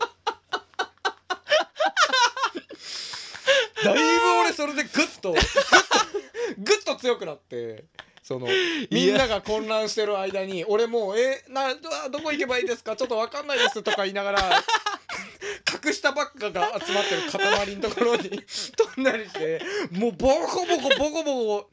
だいぶ俺それでグッと強くなってみんなが混乱してる間に俺もうどこ行けばいいですかちょっと分かんないですとか言いながら格下ばっかが集まってる塊のところに飛んだりしてもうボコボコ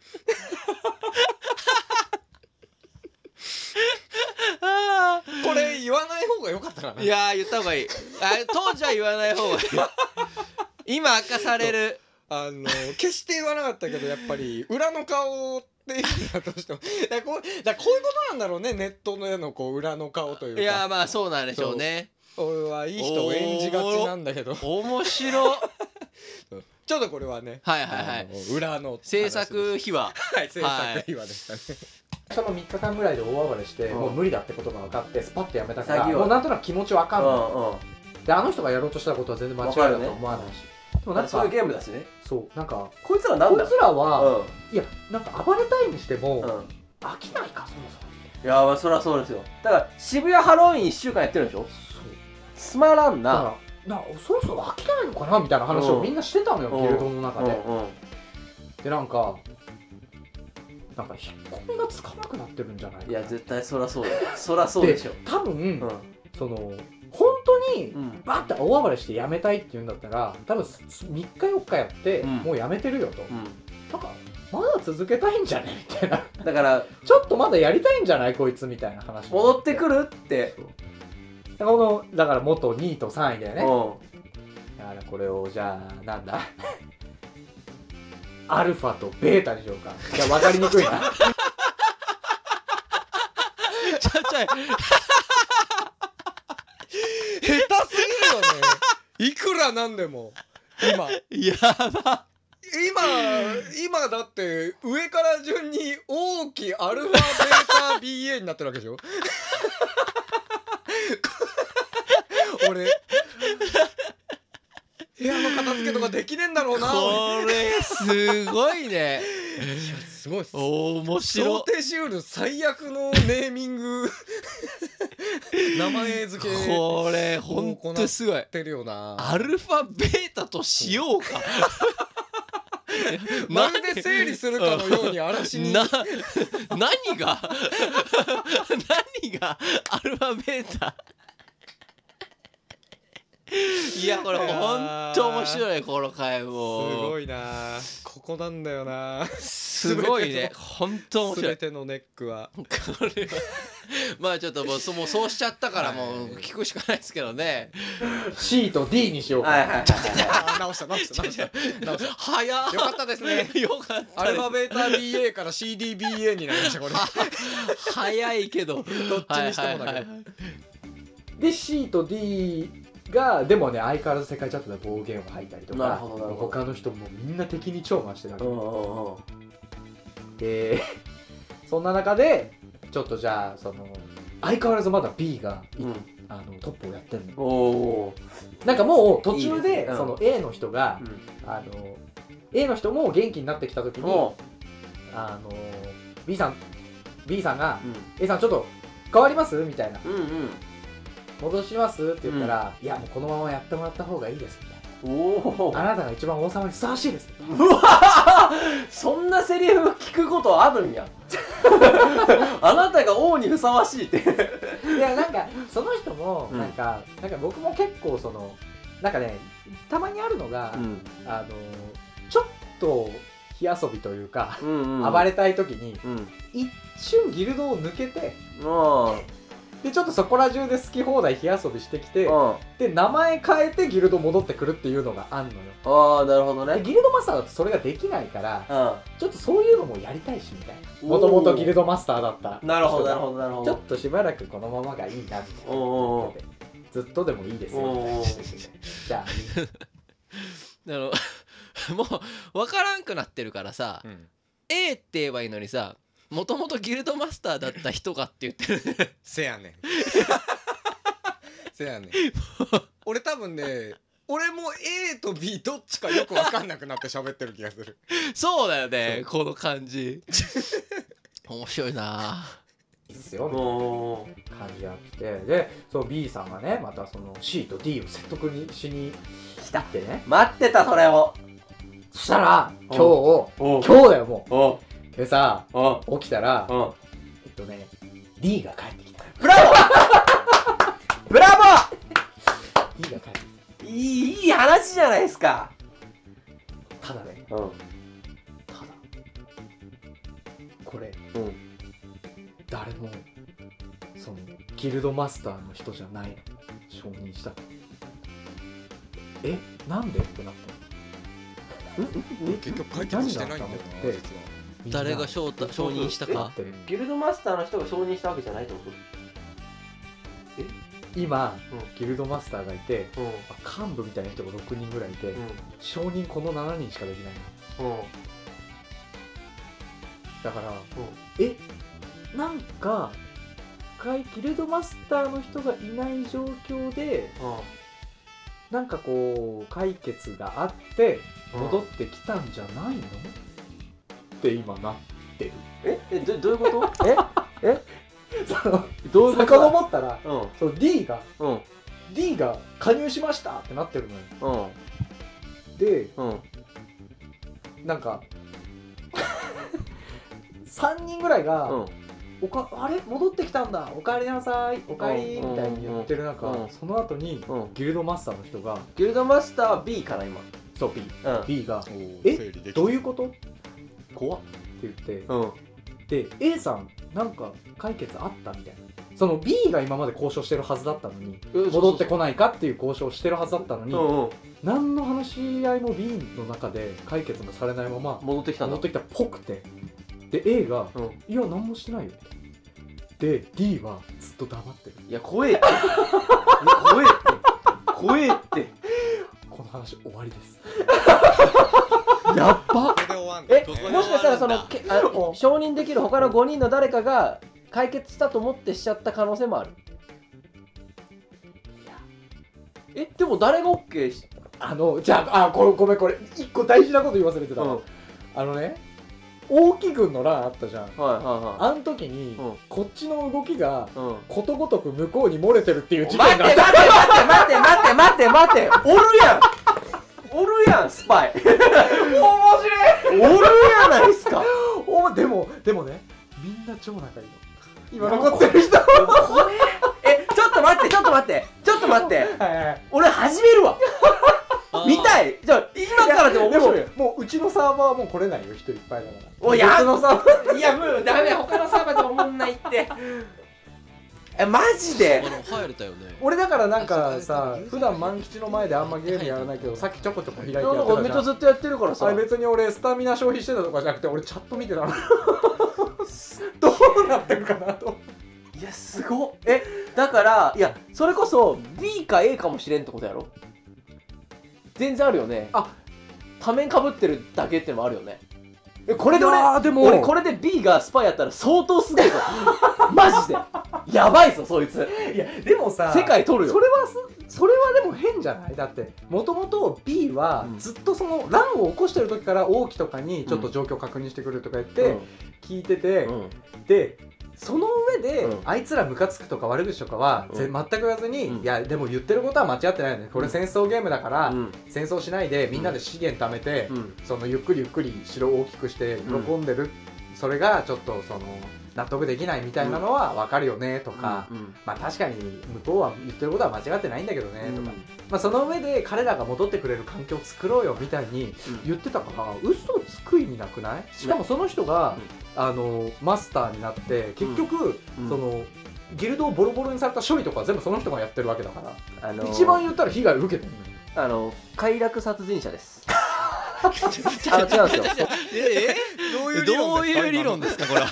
これ言わない方が良かったかな。
いや言った方がいい当時は言わない方がいい今明かされる
決して言わなかったけどやっぱり裏の顔っていうのとしてもこういうことなんだろうねネットの絵のこう裏の顔というか。
いやまあそうなんでしょうね。
俺はいい人を演じがちなんだけど
面白
ちょっとこれはね
はいはいはい
裏の
制作秘話
はい制作秘話でしたね、
その3日間ぐらいで大暴れして、もう無理だってことが分かってスパッとやめたからもうなんとなく気持ち分かんない、であの人がやろうとしたことは全然間違いだと思わないし、
でもなんかそういうゲームだしね。
そうなんか
こいつらなんだ
こいつらは、いやなんか暴れたいにしても、飽きないかそもそも。
いやまあそりゃそうですよ。だから渋谷ハロウィン1週間やってるんでしょ。つまらんな。
そろそろ飽きないのかなみたいな話をみんなしてたのよ、ギルドの中で。でなんか引っ込みがつかなくなってるんじゃないかな。
いや絶対そりゃそうだよ。そりゃそうでしょ。
多分、本当にバッて大暴れしてやめたいって言うんだったら多分3日4日やって、もうやめてるよと、なんかまだ続けたいんじゃねみたいな。
だから
ちょっとまだやりたいんじゃないこいつみたいな話
戻ってくるって
だから元2位と3位だよね。だからこれをじゃあなんだアルファとベータにしようか。いや分かりにくいな
ちょい
下手すぎるよねいくらなんでも今
やば
今だって上から順に大きいアルファベータ BA になってるわけでしょ俺部屋の片付けとかできねえんだろうな。
これすごいね
すごいっす。
面白い。
想定しうる最悪のネーミング名前付け
これほんとすごい
てるよな。
アルファベータとしようか
まるで整理するかのように嵐に
何がアルファベータいやこれほんと面白いこの回も
すごいなここなんだよな
すごいねほんと面白い
全てのネックは
これはまあちょっともうそうしちゃったからもう聞くしかないですけどね
C と D にしようか。
直した
早っ
よかったですね
よかった
アルファベータ BA から CDBA になりましたこれ
早いけど
どっちにしてもだけど
で C と Dがでもね相変わらず世界チャットで暴言を吐いたりとか他の人もみんな敵に超回してたでそんな中でちょっとじゃあ相変わらずまだ B が、トップをやってるの。なんかもう途中でその A の人が、A の人も元気になってきた時にB さんが、A さんちょっと変わりますみたいな、戻しますって言ったら、いやもうこのままやってもらった方がいいですみたいな。あなたが一番王様にふさわしいです。
そんなセリフ聞くことあるんやあなたが王にふさわしいって
いやなんかその人もなんか僕も結構そのなんかねたまにあるのが、ちょっと火遊びというか、暴れたい時に、一瞬ギルドを抜けて、でちょっとそこら中で好き放題火遊びしてきて、で名前変えてギルド戻ってくるっていうのがあんのよ。
ああなるほどね。
ギルドマスターだとそれができないから、ちょっとそういうのもやりたいしみたいな。もともとギルドマスターだった
なるほどなるほどなるほど。
ちょっとしばらくこのままがいいなみたいな。ずっとでもいいですよみたいな。じゃ
あもう分からんくなってるからさ、A って言えばいいのにさ、もともとギルドマスターだった人がって言ってる
せやねんせやねん俺多分ね、俺も A と B どっちかよく分かんなくなって喋ってる気がする
そうだよね、この感じ面白いない
いっすよみたいな感じあって、でそう B さんがねまたその C と D を説得にしに来たってね、
待ってたそれを。
そしたら今日だよもう今朝起きたらD が帰ってきた。
ブラボーブラボー
D が帰ってきた。
いい話じゃないですか。
ただね、ただこれ、誰もそのギルドマスターの人じゃない承認した。なんでってなった。
結局解決してないんだよな実は。
誰が承認したか。
ギルドマスターの人が承認したわけじゃないってこと？
今、ギルドマスターがいて、幹部みたいな人が6人ぐらいいて、承認この7人しかできないの。だから、なんかギルドマスターの人がいない状況で、なんかこう解決があって戻ってきたんじゃないのって今なってる。
どういうこと？
どういうこと？遡ったら、その D が加入しましたってなってるのよ。で、なんか3人ぐらいが、あれ戻ってきたんだ、おかえりなさい、おかえりみたいに言ってる中、その後にギルドマスターの人が、
ギルドマスターは B かな今。
そう B がどういうこと？怖っって言って、で A さんなんか解決あったみたいな。その B が今まで交渉してるはずだったのに、戻ってこないかっていう交渉をしてるはずだったのに、何の話し合いも B の中で解決もされないまま
戻ってきたっ
ぽくて、で A が、いや何もしてないよで D はずっと黙ってる。
いや怖えって怖えって
この話終わりです
やっば。もしかしたらその承認できる他の5人の誰かが解決したと思ってしちゃった可能性もある。でも誰が OK し
じゃあごめんこれ1個大事なこと言い忘れてた。王毅軍の乱あったじゃん。あん時にこっちの動きがことごとく向こうに漏れてるっていう事件があった。
待ておるやんスパイ。面白い。おるやないっすか。
でもねみんな超仲いいの今残ってる人。ちょ
っと待って俺始めるわ。見たい。じゃあ今からでも面白いよ。
もううちのサーバーはもう来れないよ、人いっぱいだから。
おいやのサーバーいやもうダメ、他のサーバーでも思んないって。マジで
入れたよね。
俺だからなんかさ、普段万吉の前であんまゲームやらないけど、さっきちょこちょこ開いてやってたじゃん。
めっちゃずっとやってるからさ。
別に俺スタミナ消費してたとかじゃなくて、俺チャット見てたの。どうなってるかなと。
いやすごっ。だからいやそれこそ B か A かもしれんってことやろ。全然あるよね。仮面かぶってるだけってのもあるよね。これで俺これで B がスパイやったら相当すごいぞマジでやばいぞそいつ。
いやでもさ
世界取るよ。
それはでも変じゃない？だってもともと B はずっとその乱を起こしてる時から王毅とかにちょっと状況確認してくるとか言って聞いてて、でその上で、あいつらムカつくとか悪口とかは、全く言わずに、いやでも言ってることは間違ってないよね、これ戦争ゲームだから、戦争しないでみんなで資源貯めて、そのゆっくりゆっくり城を大きくして喜んでる、それがちょっとその納得できないみたいなのは分かるよねとか、まあ確かに向こうは言ってることは間違ってないんだけどねとか、まあその上で彼らが戻ってくれる環境を作ろうよみたいに言ってたから、嘘をつく意味なくない？しかもその人がマスターになって結局そのギルドをボロボロにされた処理とか全部その人がやってるわけだから、一番言ったら被害を受けてる
の。快楽殺人者です。違うんですよ。
どういう理論ですかこれは。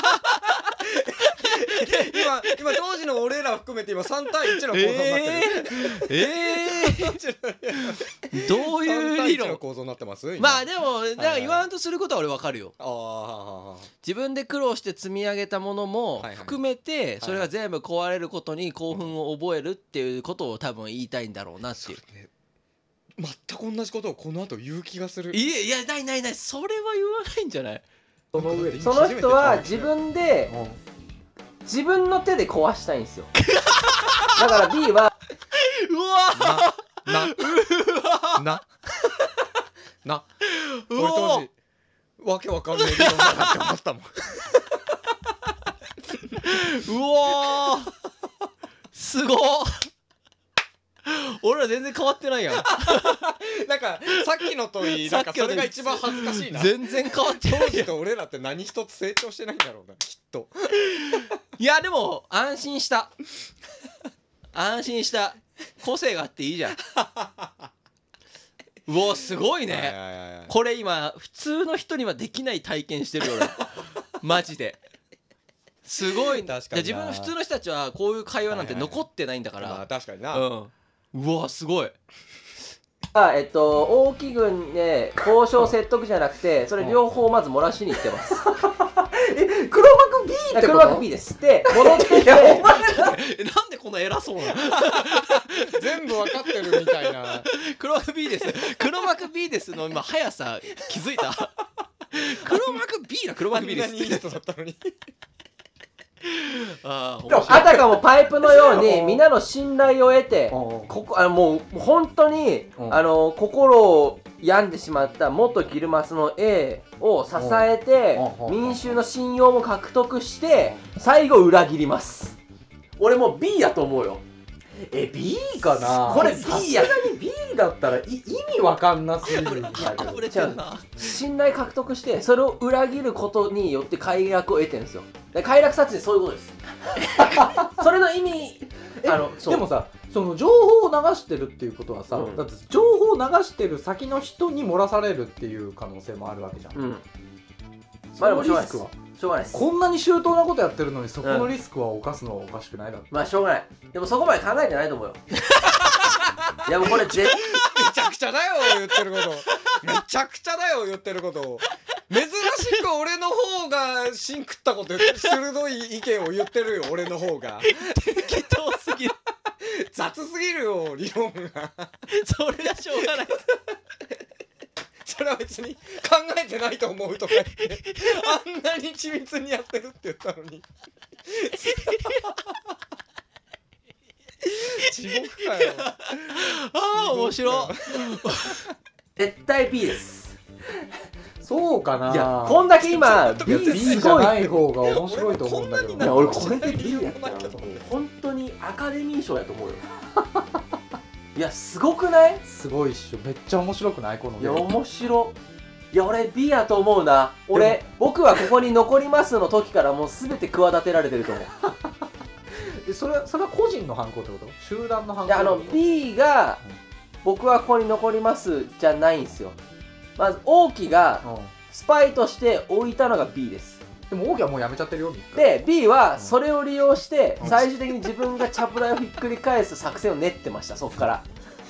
今当時の俺ら含めて今3対1の構造になってる。
どういう理論
の構造になってます？
まあでも言わんとすることは俺分かるよ。自分で苦労して積み上げたものも含めてそれが全部壊れることに興奮を覚えるっていうことを多分言いたいんだろうなっていう。
全く同じことをこの後言う気がする。
いやないそれは言わないんじゃない？
その人は自分で自分の手で壊したいんですよ。だから B は
俺当時わけわかんない理論だなって思ったもん。
うわすごっ。俺ら全然変わってないやん。
なんかさっきの問いなんかそれが一番恥ずかしいな。
全然変わってない。
当時と俺らって何一つ成長してないんだろうなきっと。
いやでも安心した個性があっていいじゃん。うわすごいね。これ今普通の人にはできない体験してるよ俺。マジですごい。自分の普通の人たちはこういう会話なんて残ってないんだから。
確かにな。
うわすごい。
王毅軍で交渉説得じゃなくてそれ両方まず漏らしに行ってます。
黒幕 B ってこと？
黒幕 B です。で戻ってきて
なんでこんな偉そうなの？
全部分かってるみたいな。
黒幕 B です。黒幕 B ですの今速さ気づいた？黒幕 B な黒幕 B です。
あんなにいい人だったのに。
あたかもパイプのようにみんなの信頼を得てもう本当に心を病んでしまった元ギルマスの A を支えて民衆の信用も獲得して最後裏切ります。俺もう B やと思うよ。
B かな。
これ B や。
さすがに B だったら意味わかんなすぎるんだけど。
信頼獲得してそれを裏切ることによって快楽を得てるんですよ。快楽殺人そういうことです。それの意味
でもさその情報を流してるっていうことはさ、だって情報を流してる先の人に漏らされるっていう可能性もあるわけじゃん。
まあでもしょうがないです。しょうがないです。
こんなに周到なことやってるのにそこのリスクは犯すのはおかしくないだろ。
まあしょうがない。でもそこまで考えてないと思うよ。いやもうこれめ
ちゃくちゃだよ言ってること。めちゃくちゃだよ言ってること。珍しく俺の方が芯食ったこと鋭い意見を言ってるよ俺の方が。
適当すぎる。
雑すぎるよ理論が。
それはしょうがない。
それは別に考えてないと思うとか言ってあんなに緻密にやってるって言ったのに地獄かよ。
ああ面白い。
絶対 B です。
そうかな。
いやこんだけ今
B じゃない方が面白いと思うんだけど。
いや俺これで B やったら本当にアカデミー賞やと思うよ。いやすごくない？
すごいっしょ。めっちゃ面白くないこのゲーム。
いや面白い。いや俺 B やと思うな。僕はここに残りますの時からもう全て企てられてると思う。
それは個人の犯行ってこと？集団の犯行？
いやB が僕はここに残りますじゃないんですよ。まず王毅がスパイとして置いたのが B です。
でも王毅はもうやめちゃってるよ。
で B はそれを利用して最終的に自分がチャプライをひっくり返す作戦を練ってました。そっから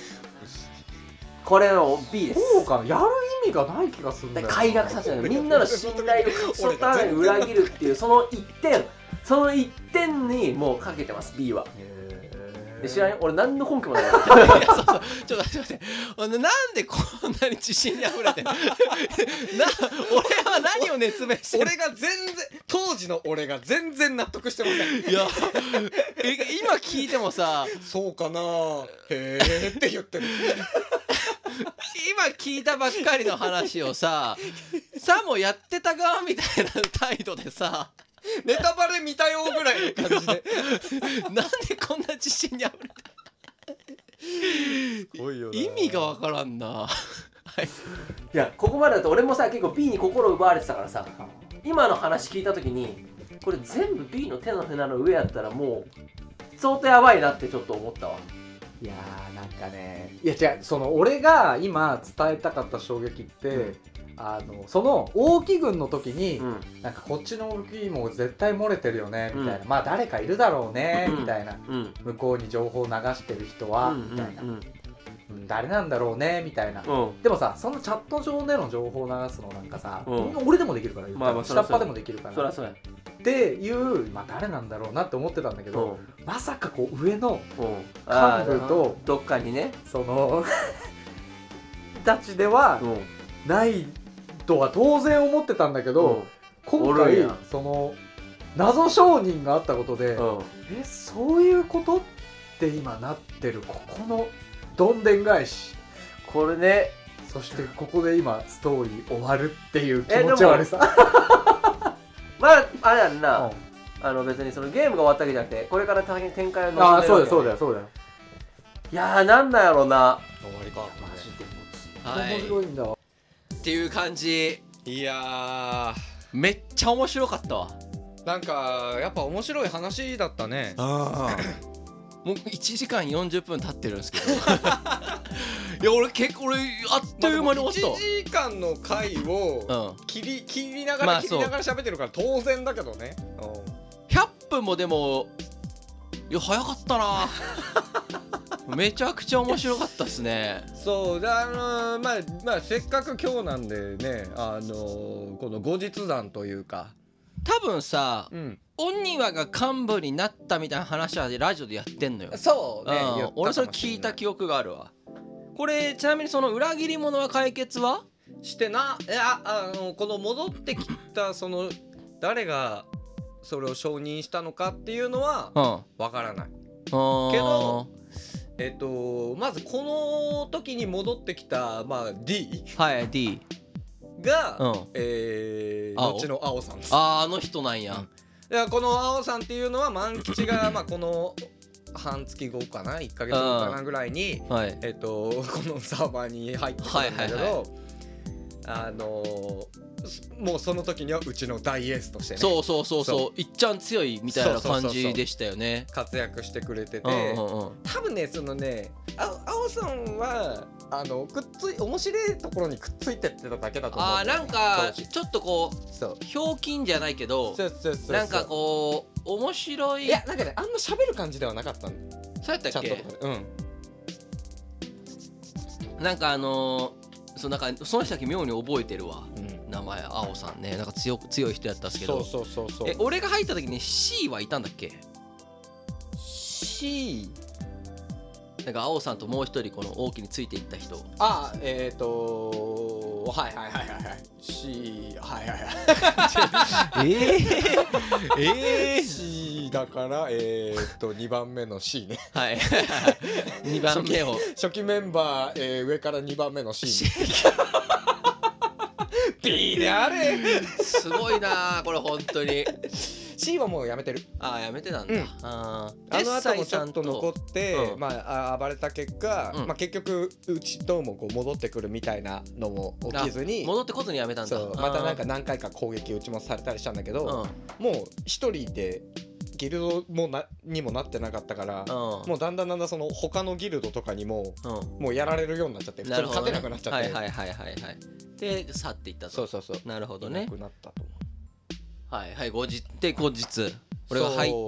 これの B です。
そうかな。やる意味がない気がするんだよ。
快楽させない。みんなの信頼を勝ち取るために裏切るっていうその一点にもうかけてます B は。 知らん、俺何の根拠もない。いや、
そうそう、ちょっと待ってなんでこんなに自信にあふれて俺は何を熱弁してる。
俺が全然当時の俺が全然納得してません。
いや今聞いてもさ、
そうかな、へえって言ってる。
今聞いたばっかりの話をさもやってた側みたいな態度でさ、
ネタバレ見たよぐらいの感じで
なんでこんな自信にあふれてる。意味がわからんな。はい、
いやここまでだと俺もさ結構 B に心奪われてたからさ、今の話聞いた時にこれ全部 B の手の船の上やったらもう相当やばいなってちょっと思ったわ。
いやーなんかね、いや違う、その俺が今伝えたかった衝撃って、その王騎軍の時に、なんかこっちの王騎も絶対漏れてるよねみたいな、まあ誰かいるだろうねみたいな、向こうに情報を流してる人はみたいな、誰なんだろうねみたいな、でもさそのチャット上での情報を流すのなんかさ、俺でもできるから、下っ端でもできるから、
そりゃそうや
っていう、まあ誰なんだろうなって思ってたんだけど、まさかこう上の幹部と
どっかにね
そのたちではないとは当然思ってたんだけど、今回その謎承認があったことで、そういうことって今なってる、ここのどんでん返し、
これね、
そしてここで今ストーリー終わるっていう気持ち悪さ。
まああれやんな、別にそのゲームが終わったわけじゃなくてこれから先に展開を望んでるわけ。
そうだよ。
いやーなんだやろうな、
終わりか。
マジで面白いんだ、
っていう感じ。
いや
めっちゃ面白かったわ。
なんかやっぱ面白い話だったね。
もう1時間40分経ってるんですけどいや俺結構あっという間に終わった。
1時間の回を切りながら喋ってるから当然だけどね。
100分もでもいや早かったなめちゃくちゃ面白かったですね。
そうでまあせっかく今日なんでね、この後日談というか、
多分さ、オニワが幹部になったみたいな話はラジオでやってんのよ。
そうね、
俺それ聞いた記憶があるわ。これちなみにその裏切り者は解決は
してな、この戻ってきたその誰がそれを承認したのかっていうのはわからない、けどまずこの時に戻ってきた、D、
はい D
が、後の青さんです。
あの人なんや。
この青さんっていうのは万吉がこの半月後かな1ヶ月後かなぐらいに、このサーバーに入ってくるんだけど、もうその時にはうちの大エースとしてね、そう
いっちゃん強いみたいな感じでしたよね。
活躍してくれてて、多分ねそのね青さんは面白いところにくっついてってただけだと思う。
なんかちょっとこうひょうきんじゃないけど、なんかこう面白い、
いやなんかねあんま喋る感じではなかったんだ。
そうやったっけ。なんかなんかその人だけ妙に覚えてるわ、名前。青さんね、なんか強い人やったんですけど、俺が入った時に C はいたんだっけ。
C
なんか青さんともう一人この王騎についていった人。
はいC C だから2番目の C ね。
はい2番目を
初期メンバー、上から2番目の C ね。B であれ
すごいなこれ本当に。
C はもうやめてる。
やめてたんだ。
あの後もちょっと残って、暴れた結果、結局うちともこう戻ってくるみたいなのも起きずに、
戻ってこずにやめたんだ。
またなんか何回か攻撃うちもされたりしたんだけど、もう一人でギルドにもなってなかったから、もうだんだんその他のギルドとかにも、もうやられるようになっちゃって、普通に勝てなくなっちゃって、
で去っていったと。
そう
なるほどね。
なくなったと思う。
後日俺が入って、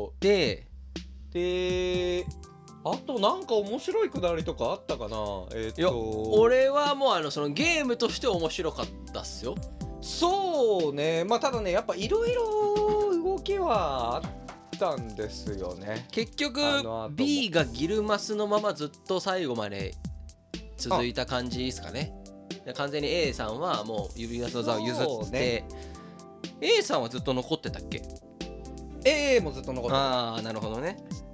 であとなんか面白いくだりとかあったかな。
俺はもうそのゲームとして面白かったっすよ。
そうね、ただねやっぱいろいろ動きはあっ
たんですよね。
結局 B がギルマスのままずっと最後まで続いた感じですかね。完全に A さんはもう指輪の座を譲って、A さんはずっと残ってたっけ？
A もずっと残ってた。
ああなるほどね。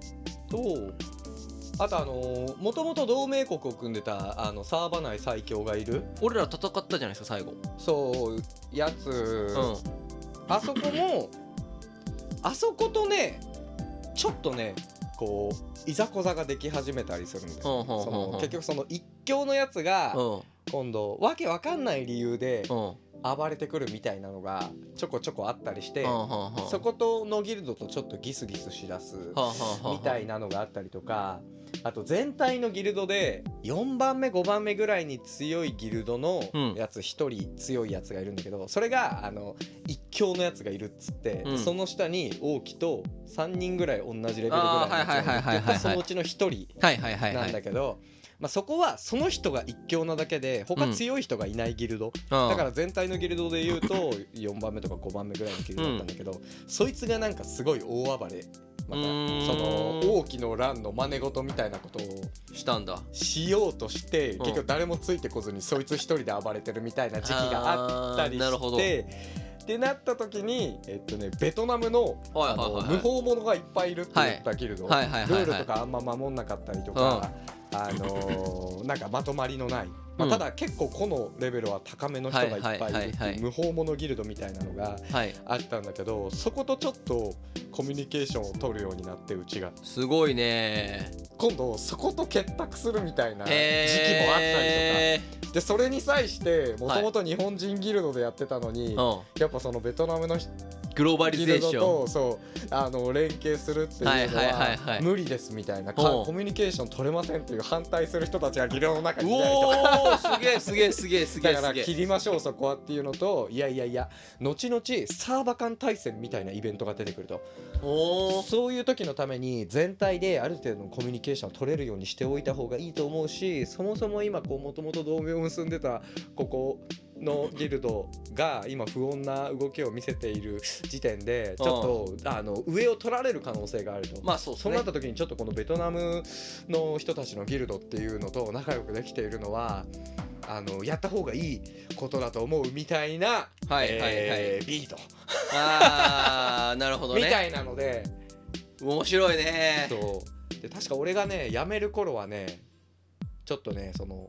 あともともと同盟国を組んでたサーバ内最強がいる。
俺ら戦ったじゃないですか最後。
そうやつ、あそこもあそことねちょっとねこういざこざができ始めたりするんですよ。結局その一強のやつが今度わけわかんない理由で暴れてくるみたいなのがちょこちょこあったりして、そことのギルドとちょっとギスギスしだすみたいなのがあったりとか、あと全体のギルドで4番目5番目ぐらいに強いギルドのやつ1人強いやつがいるんだけど、それが一強のやつがいるっつって、その下に王騎と3人ぐらい同じレベルぐらいのやつがいて、そのうちの1人なんだけど、そこはその人が一強なだけで他強い人がいないギルド、だから全体のギルドでいうと4番目とか5番目ぐらいのギルドだったんだけど、そいつがなんかすごい大暴れ、またその王騎の乱の真似事みたいなことを
したんだ
しようとして、結局誰もついてこずにそいつ一人で暴れてるみたいな時期があったりして、ってなった時にベトナムの無法者がいっぱいいるって言ったギルド、ルールとかあんま守んなかったりとか、なんかまとまりのない、ただ結構このレベルは高めの人がいっぱいいるっていう無法者ギルドみたいなのがあったんだけど、そことちょっとコミュニケーションを取るようになって、うちが
すごいね、
今度そこと結託するみたいな時期もあったりとかで、それに際してもともと日本人ギルドでやってたのに、やっぱそのベトナムの
グローバリゼーション
とそう連携するっていうのは無理ですみたいな、コミュニケーション取れませんっていう反対する人たちがギルドの中にいたりとか、
すげえ
だから切りましょうそこはっていうのと、いや後々サーバ間対戦みたいなイベントが出てくると、そういう時のために全体である程度のコミュニケーションを取れるようにしておいた方がいいと思うし、そもそも今もともと同盟を結んでたここのギルドが今不穏な動きを見せている時点でちょっと上を取られる可能性があると、そうなった時にちょっとこのベトナムの人たちのギルドっていうのと仲良くできているのはやった方がいいことだと思うみたいなビート
なるほどね
みたいなので
面白いね。
で確か俺がね辞める頃はねちょっとねその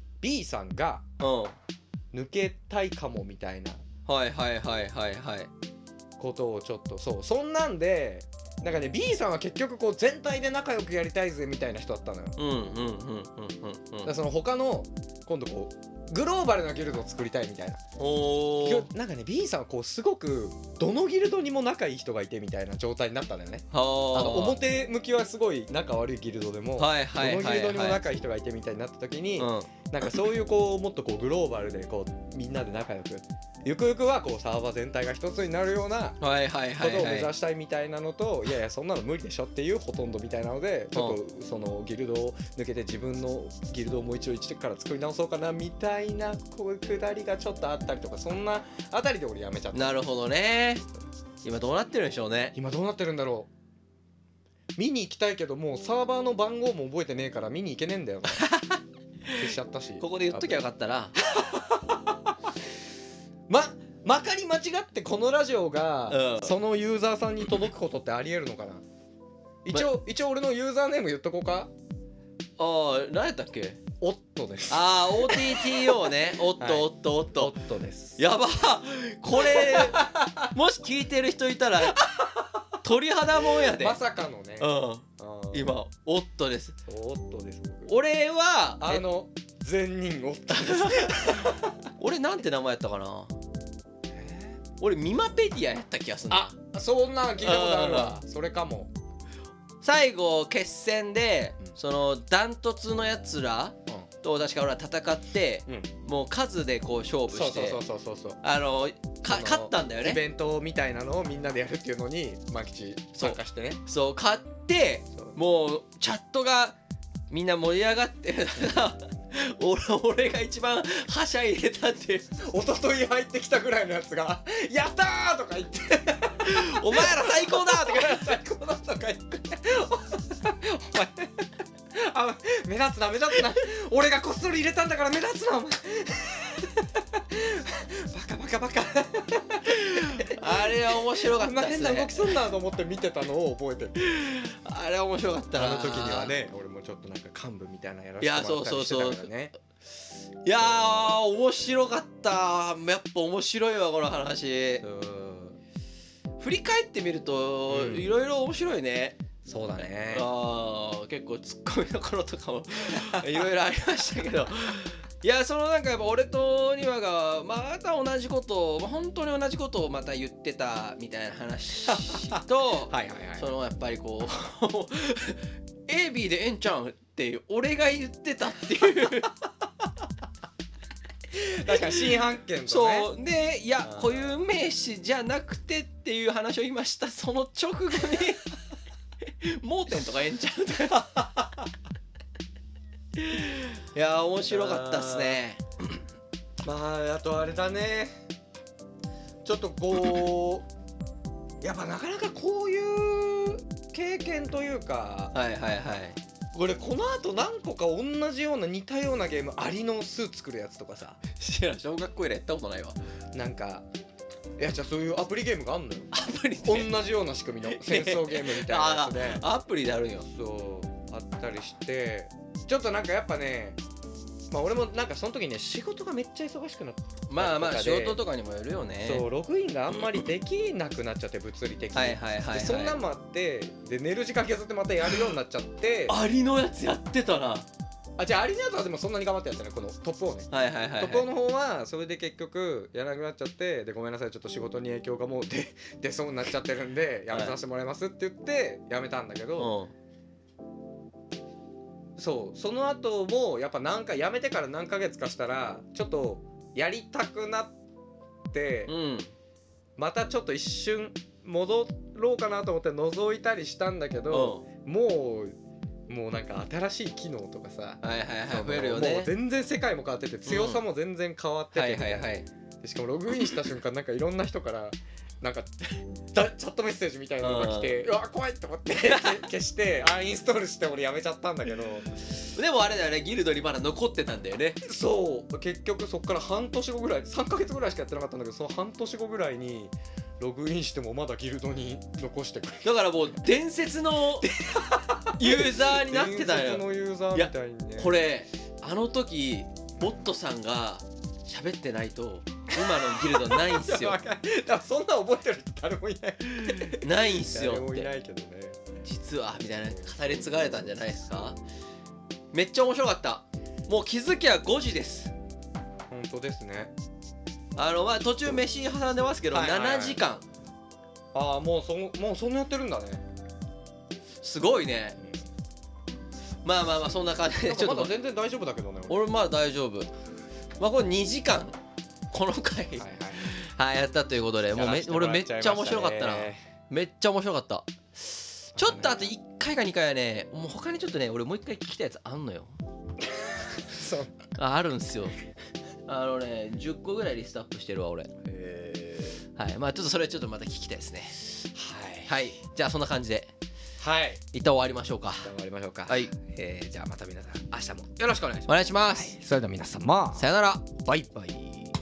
B さんが抜けたいかもみたいなことをちょっとそんなんでなんかね B さんは結局こう全体で仲良くやりたいぜみたいな人だったのよ。だからその他の今度こうグローバルなギルドを作りたいみたいな。なんかね B さんはこうすごくどのギルドにも仲いい人がいてみたいな状態になったんだよね。表向きはすごい仲悪いギルドでもどのギルドにも仲いい人がいてみたいになった時に、なんかそういうこうもっとこうグローバルでこうみんなで仲良くゆくゆくはこうサーバー全体が一つになるようなことを目指したいみたいなのと、いやそんなの無理でしょっていうほとんどみたいなので、ちょっとそのギルドを抜けて自分のギルドをもう一度一から作り直そうかなみたいなこういうくだりがちょっとあったりとか、そんなあたりで俺やめちゃった。
なるほどね。今どうなってるんでしょうね。
今どうなってるんだろう。見に行きたいけどもうサーバーの番号も覚えてねえから見に行けねえんだよな。消しちゃったし。
ここで言っときゃよかったな。
まかり間違ってこのラジオが、そのユーザーさんに届くことってありえるのかな。一応俺のユーザーネーム言っとこうか。
何やったっけ。
オットです。
OTTO ね。オット
です。
やばこれもし聞いてる人いたら鳥肌もんやで。
まさかのね。
今オットです。
オットです。
俺は
善人オットです。
俺なんて名前やったかな。俺ミマペディアやった気がするな。
そんなん聞いたことあるわ。それかも。
最後決戦でそのダントツのやつらと確か俺は戦って、もう数でこう勝負して勝ったんだよね。
イベントみたいなのをみんなでやるっていうのにマキチ参加してね。
そう勝ってもうチャットがみんな盛り上がって俺が一番はしゃいでたって
一昨日入ってきたぐらいのやつが「やったー!」とか言って
「お前ら最高だ!」とか「最高だ!」
とか言ってお前目立つな俺がこっそり入れたんだから目立つなお前バカ
あれは面白かったっすね。
変な動きすんなと思って見てたのを覚えてる。
あれは面白かったな。
あの時にはね、俺もちょっとなんか幹部みたいなやらせてもらったりしてたからね。
いや面白かった。やっぱ面白いわこの話。振り返ってみるといろいろ面白いね。
そうだね。
結構ツッコミどころとかもいろいろありましたけど。いやそのなんかやっぱ俺とニワがまた同じことを本当に同じことをまた言ってたみたいな話とそのやっぱりこう AB でええんちゃうんっていう俺が言ってたっていう
確かに新発見とね。
そうでいや固有名詞じゃなくてっていう話を今したその直後に盲点とかええんちゃうっていや面白かったっすね。
まああとあれだね、ちょっとこうやっぱなかなかこういう経験というか、俺この後何個か同じような似たようなゲームアリの巣作るやつとかさ、
小学校以来やったことないわ。
なんかいやじゃあそういうアプリゲームがあんのよ。アプリ同じような仕組みの戦争ゲームみたいなやつで
アプリであるんよ。
そうあったりしてちょっとなんかやっぱね、まあ俺もなんかその時ね仕事がめっちゃ忙しくなって
まあ仕事とかにもよるよね。
そうログインがあんまりできなくなっちゃって物理的にでそんなんもあってで寝る時間削ってまたやるようになっちゃって
アリのやつやってたな。
じゃあアリのやつはでもそんなに頑張ってやったね、このトップをね。トップの方はそれで結局やらなくなっちゃってでごめんなさいちょっと仕事に影響がもう出そうになっちゃってるんでやめさせてもらいますって言ってやめたんだけど、そうその後もやっぱなんかやめてから何ヶ月かしたらちょっとやりたくなって、またちょっと一瞬戻ろうかなと思って覗いたりしたんだけど、もうなんか新しい機能とかさ
増えるよね。
もう全然世界も変わってて強さも全然変わっててでしかもログインした瞬間なんかいろんな人からなんかチャットメッセージみたいなのが来てうわ怖いと思って消してインストールして俺やめちゃったんだけど
でもあれだよね、ギルドにまだ残ってたんだよね。
そう結局そっから半年後ぐらい3ヶ月ぐらいしかやってなかったんだけどその半年後ぐらいにログインしてもまだギルドに残してくれる。
だからもう伝説のユーザーになってたよ。
伝説のユーザーみたいにね。
これあの時ボットさんが喋ってないと今のギルドないんすよ。
だからそんな覚えてる人誰もいない
ないんすよって。
誰もいないけどね
実はみたいな語り継がれたんじゃないですか。めっちゃ面白かった。もう気づきは5時です。
本当ですね。
まあ途中飯挟んでますけど、7時間。
もうそんなやってるんだね。
すごいね。まあそんな感じで
ちょっとまだ全然大丈夫だけどね。
俺まだ大丈夫。まあこれ2時間この回やったということで、もう俺めっちゃ面白かったな。めっちゃ面白かった。ちょっとあと1回か2回はね、もう他にちょっとね俺もう1回聞きたいやつあんのよ。
そう
あるんすよ。10個ぐらいリストアップしてるわ俺。まあちょっとそれちょっとまた聞きたいですね。はいじゃあそんな感じで一旦終わりましょうか。
じゃあまた皆さん明日もよろしくお願いします。
お願いします。
それでは皆様
さよなら。
バイバイ。